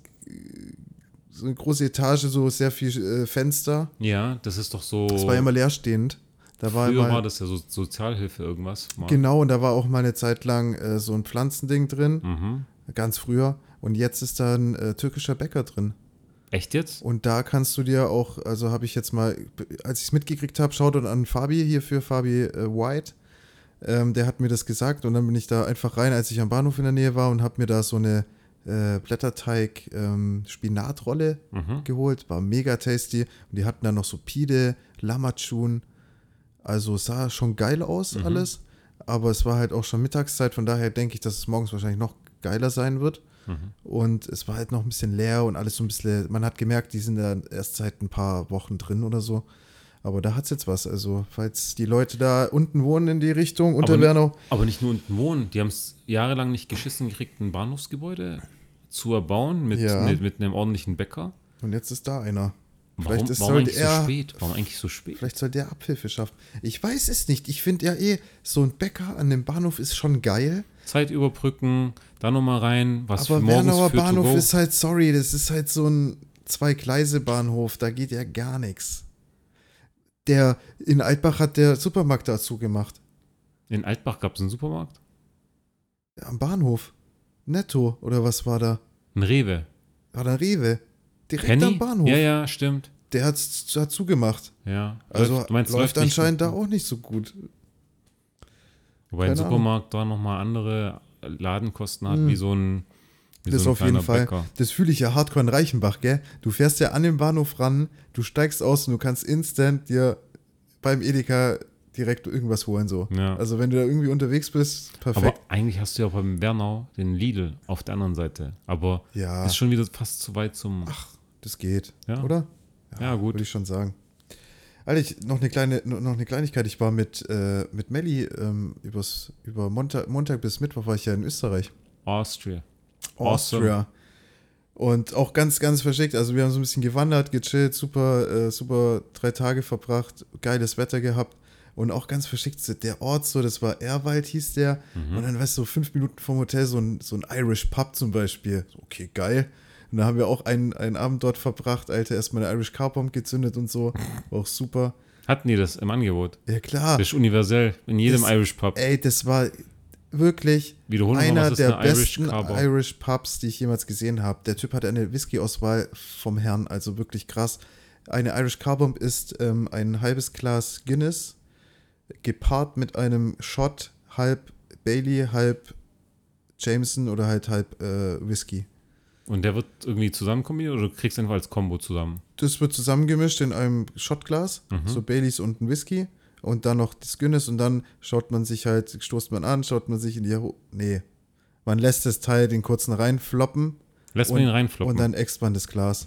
so eine große Etage, so sehr viel äh, Fenster. Ja, das ist doch so. Das war immer leerstehend. Da war Früher immer, war das ja so Sozialhilfe irgendwas. Mal. Genau, und da war auch mal eine Zeit lang äh, so ein Pflanzending drin. Mhm. Ganz früher. Und jetzt ist da ein äh, türkischer Bäcker drin. Echt jetzt? Und da kannst du dir auch, also habe ich jetzt mal, als ich es mitgekriegt habe, schaut an Fabi hier für Fabi äh, White. Ähm, der hat mir das gesagt und dann bin ich da einfach rein, als ich am Bahnhof in der Nähe war und habe mir da so eine äh, Blätterteig-Spinatrolle Mhm. geholt. War mega tasty. Und die hatten dann noch so Pide, Lammatschun. Also sah schon geil aus Mhm. alles. Aber es war halt auch schon Mittagszeit, von daher denke ich, dass es morgens wahrscheinlich noch geiler sein wird. Mhm. Und es war halt noch ein bisschen leer und alles so ein bisschen, man hat gemerkt, die sind da erst seit ein paar Wochen drin oder so. Aber da hat es jetzt was. Also, falls die Leute da unten wohnen in die Richtung, unter Aber, Bernau. aber nicht nur unten wohnen. Die haben es jahrelang nicht geschissen gekriegt, ein Bahnhofsgebäude zu erbauen mit, Ja. mit, mit einem ordentlichen Bäcker. Und jetzt ist da einer. Warum, Vielleicht ist- warum sollte eigentlich er- so spät? Warum eigentlich so spät? Vielleicht soll der Abhilfe schaffen. Ich weiß es nicht. Ich finde ja eh, so ein Bäcker an dem Bahnhof ist schon geil. Zeit überbrücken, da nochmal rein, was aber für morgens Bernauer für Bahnhof to go. ist halt, sorry, das ist halt so ein Zwei-Gleise-Bahnhof. Da geht ja gar nichts. Der, in Altbach hat der Supermarkt dazu gemacht. In Altbach gab es einen Supermarkt? Am Bahnhof. Netto, oder was war da? Ein Rewe. War da Rewe. Direkt Penny? am Bahnhof. Ja, ja, stimmt. Der hat, hat zugemacht. Ja. Also Läuft- du meinst, läuft nicht anscheinend gut. da auch nicht so gut. Wobei ein keine Supermarkt da nochmal andere Ladenkosten hat, Hm. wie so ein, wie Das so ein auf jeden kleiner Fall. Bäcker. Das fühle ich ja hardcore in Reichenbach, gell? Du fährst ja an den Bahnhof ran, du steigst aus und du kannst instant dir beim Edeka direkt irgendwas holen, so. Ja. Also wenn du da irgendwie unterwegs bist, Aber perfekt. eigentlich hast du ja auch beim Bernau den Lidl auf der anderen Seite. Aber Ja, ist schon wieder fast zu weit zum. ach, das geht, Ja. oder? Ja, gut. Würde ich schon sagen. Alter, ich, noch, eine kleine, noch eine Kleinigkeit. Ich war mit, äh, mit Melli ähm, übers, über Montag, Montag bis Mittwoch war ich ja in Österreich. Austria. Austria. Und auch ganz, ganz verschickt. Also wir haben so ein bisschen gewandert, gechillt, super, äh, super drei Tage verbracht, geiles Wetter gehabt und auch ganz verschickt. Der Ort so, das war Ehrwald hieß der. Mhm. Und dann, weißt du, so fünf Minuten vom Hotel so ein, so ein Irish Pub zum Beispiel. So, okay, geil. Und da haben wir auch einen, einen Abend dort verbracht, Alter, erstmal eine Irish Car Bomb gezündet und so. War auch super. Hatten die das im Angebot? Ja, klar. Das ist universell. In jedem Das- Irish Pub. Ey, das war wirklich Wiederholen wir mal, einer was ist der eine Irish besten Car Bomb? Irish Pubs, die ich jemals gesehen habe. Der Typ hatte eine Whisky-Auswahl vom Herrn, also wirklich krass. Eine Irish Car Bomb ist ähm, ein halbes Glas Guinness, gepaart mit einem Shot, halb Bailey, halb Jameson oder halt halb äh, Whisky. Und der wird irgendwie zusammen kombiniert oder du kriegst einfach als Kombo zusammen? Das wird zusammengemischt in einem Shotglas, Mhm. so Baileys und ein Whisky und dann noch das Guinness und dann schaut man sich halt, stoßt man an, schaut man sich in die, Ho- nee, man lässt das Teil den kurzen reinfloppen Lässt und, man ihn reinfloppen. und dann äxt man das Glas.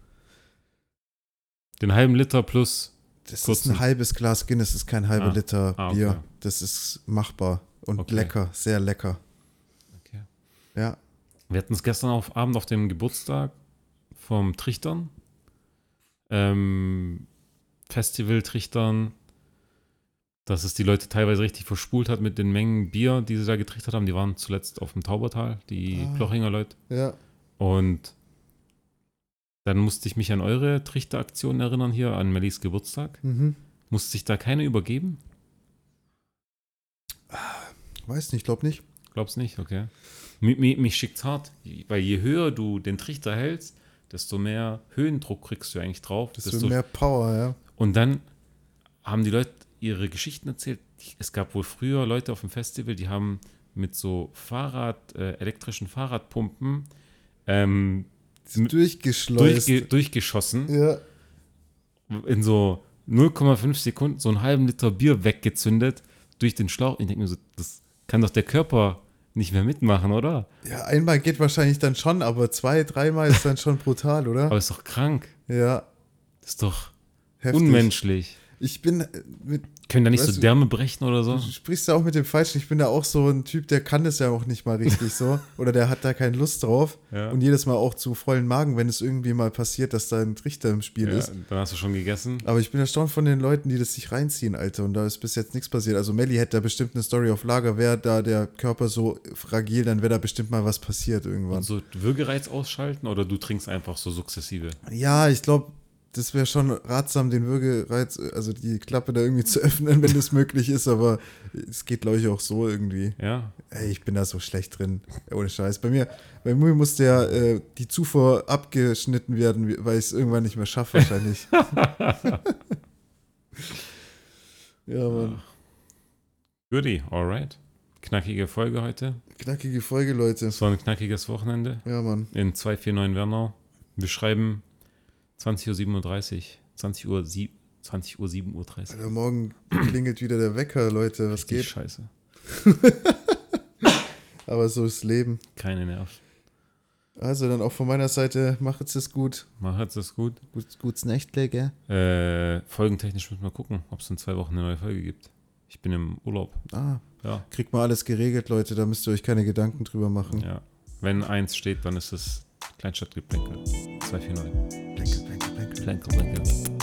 Den halben Liter plus. Das Kurzen- ist ein halbes Glas Guinness, das ist kein halber Ah. Liter Ah, okay. Bier. Das ist machbar und Okay. lecker, sehr lecker. Okay. Ja, Wir hatten es gestern auf Abend auf dem Geburtstag vom Trichtern. Ähm, Festival Trichtern. Dass es die Leute teilweise richtig verspult hat mit den Mengen Bier, die sie da getrichtert haben. Die waren zuletzt auf dem Taubertal, die Ah. Plochinger Leute. ja. Und dann musste ich mich an eure Trichteraktion erinnern hier, an Mellies Geburtstag. Mhm. Musste sich da keiner übergeben? Weiß nicht, glaub nicht. Glaubst nicht? Okay. Mich, mich, mich schickt's hart, weil je höher du den Trichter hältst, desto mehr Höhendruck kriegst du eigentlich drauf. Das desto ist mehr Power, ja. Und dann haben die Leute ihre Geschichten erzählt. Es gab wohl früher Leute auf dem Festival, die haben mit so Fahrrad, äh, elektrischen Fahrradpumpen ähm, Ist durchgeschleust. durchge durchgeschossen, ja. in so null Komma fünf Sekunden so einen halben Liter Bier weggezündet durch den Schlauch. Ich denke mir so, das kann doch der Körper nicht mehr mitmachen, oder? Ja, einmal geht wahrscheinlich dann schon, aber zwei, dreimal ist dann schon brutal, oder? Aber ist doch krank. Ja, Das ist doch heftig. unmenschlich. Ich bin äh, mit. Können da nicht weißt so du, Därme brechen oder so? Du sprichst ja auch mit dem Falschen. Ich bin da auch so ein Typ, der kann das ja auch nicht mal richtig so. Oder der hat da keine Lust drauf. Ja. Und jedes Mal auch zu vollen Magen, wenn es irgendwie mal passiert, dass da ein Trichter im Spiel Ja, ist. dann hast du schon gegessen. Aber ich bin erstaunt von den Leuten, die das sich reinziehen, Alter. Und da ist bis jetzt nichts passiert. Also Melli hätte da bestimmt eine Story auf Lager. Wäre da der Körper so fragil, dann wäre da bestimmt mal was passiert irgendwann. Und so Würgereiz ausschalten oder du trinkst einfach so sukzessive? Ja, ich glaube, das wäre schon ratsam, den Würgereiz, also die Klappe da irgendwie zu öffnen, wenn das möglich ist, aber es geht, glaube ich, auch so irgendwie. Ja. Ey, ich bin da so schlecht drin, ohne Scheiß. Bei mir, bei mir musste ja äh, die Zufuhr abgeschnitten werden, weil ich es irgendwann nicht mehr schaffe wahrscheinlich. Ja, Mann. Goodie, alright. Knackige Folge heute. Knackige Folge, Leute. Es war ein knackiges Wochenende. Ja, Mann. In zwei vier neun Wernau. Wir schreiben zwanzig Uhr siebenunddreißig. zwanzig Uhr sieben Uhr dreißig. Alter, morgen klingelt wieder der Wecker, Leute. Was Richtig geht? Scheiße. Aber so ist das Leben. Keine Nerv. Also dann auch von meiner Seite, macht's es gut. Macht's es gut. Gut, gut's Nächtle, gell? Äh, folgentechnisch müssen wir gucken, ob es in zwei Wochen eine neue Folge gibt. Ich bin im Urlaub. Ah, Ja. kriegt mal alles geregelt, Leute. Da müsst ihr euch keine Gedanken drüber machen. Ja. Wenn eins steht, dann ist es Kleinstadtgeplänkel. zwei vier neun. Plänkel, plänkel, plänkel. Plänkel, Plänkel.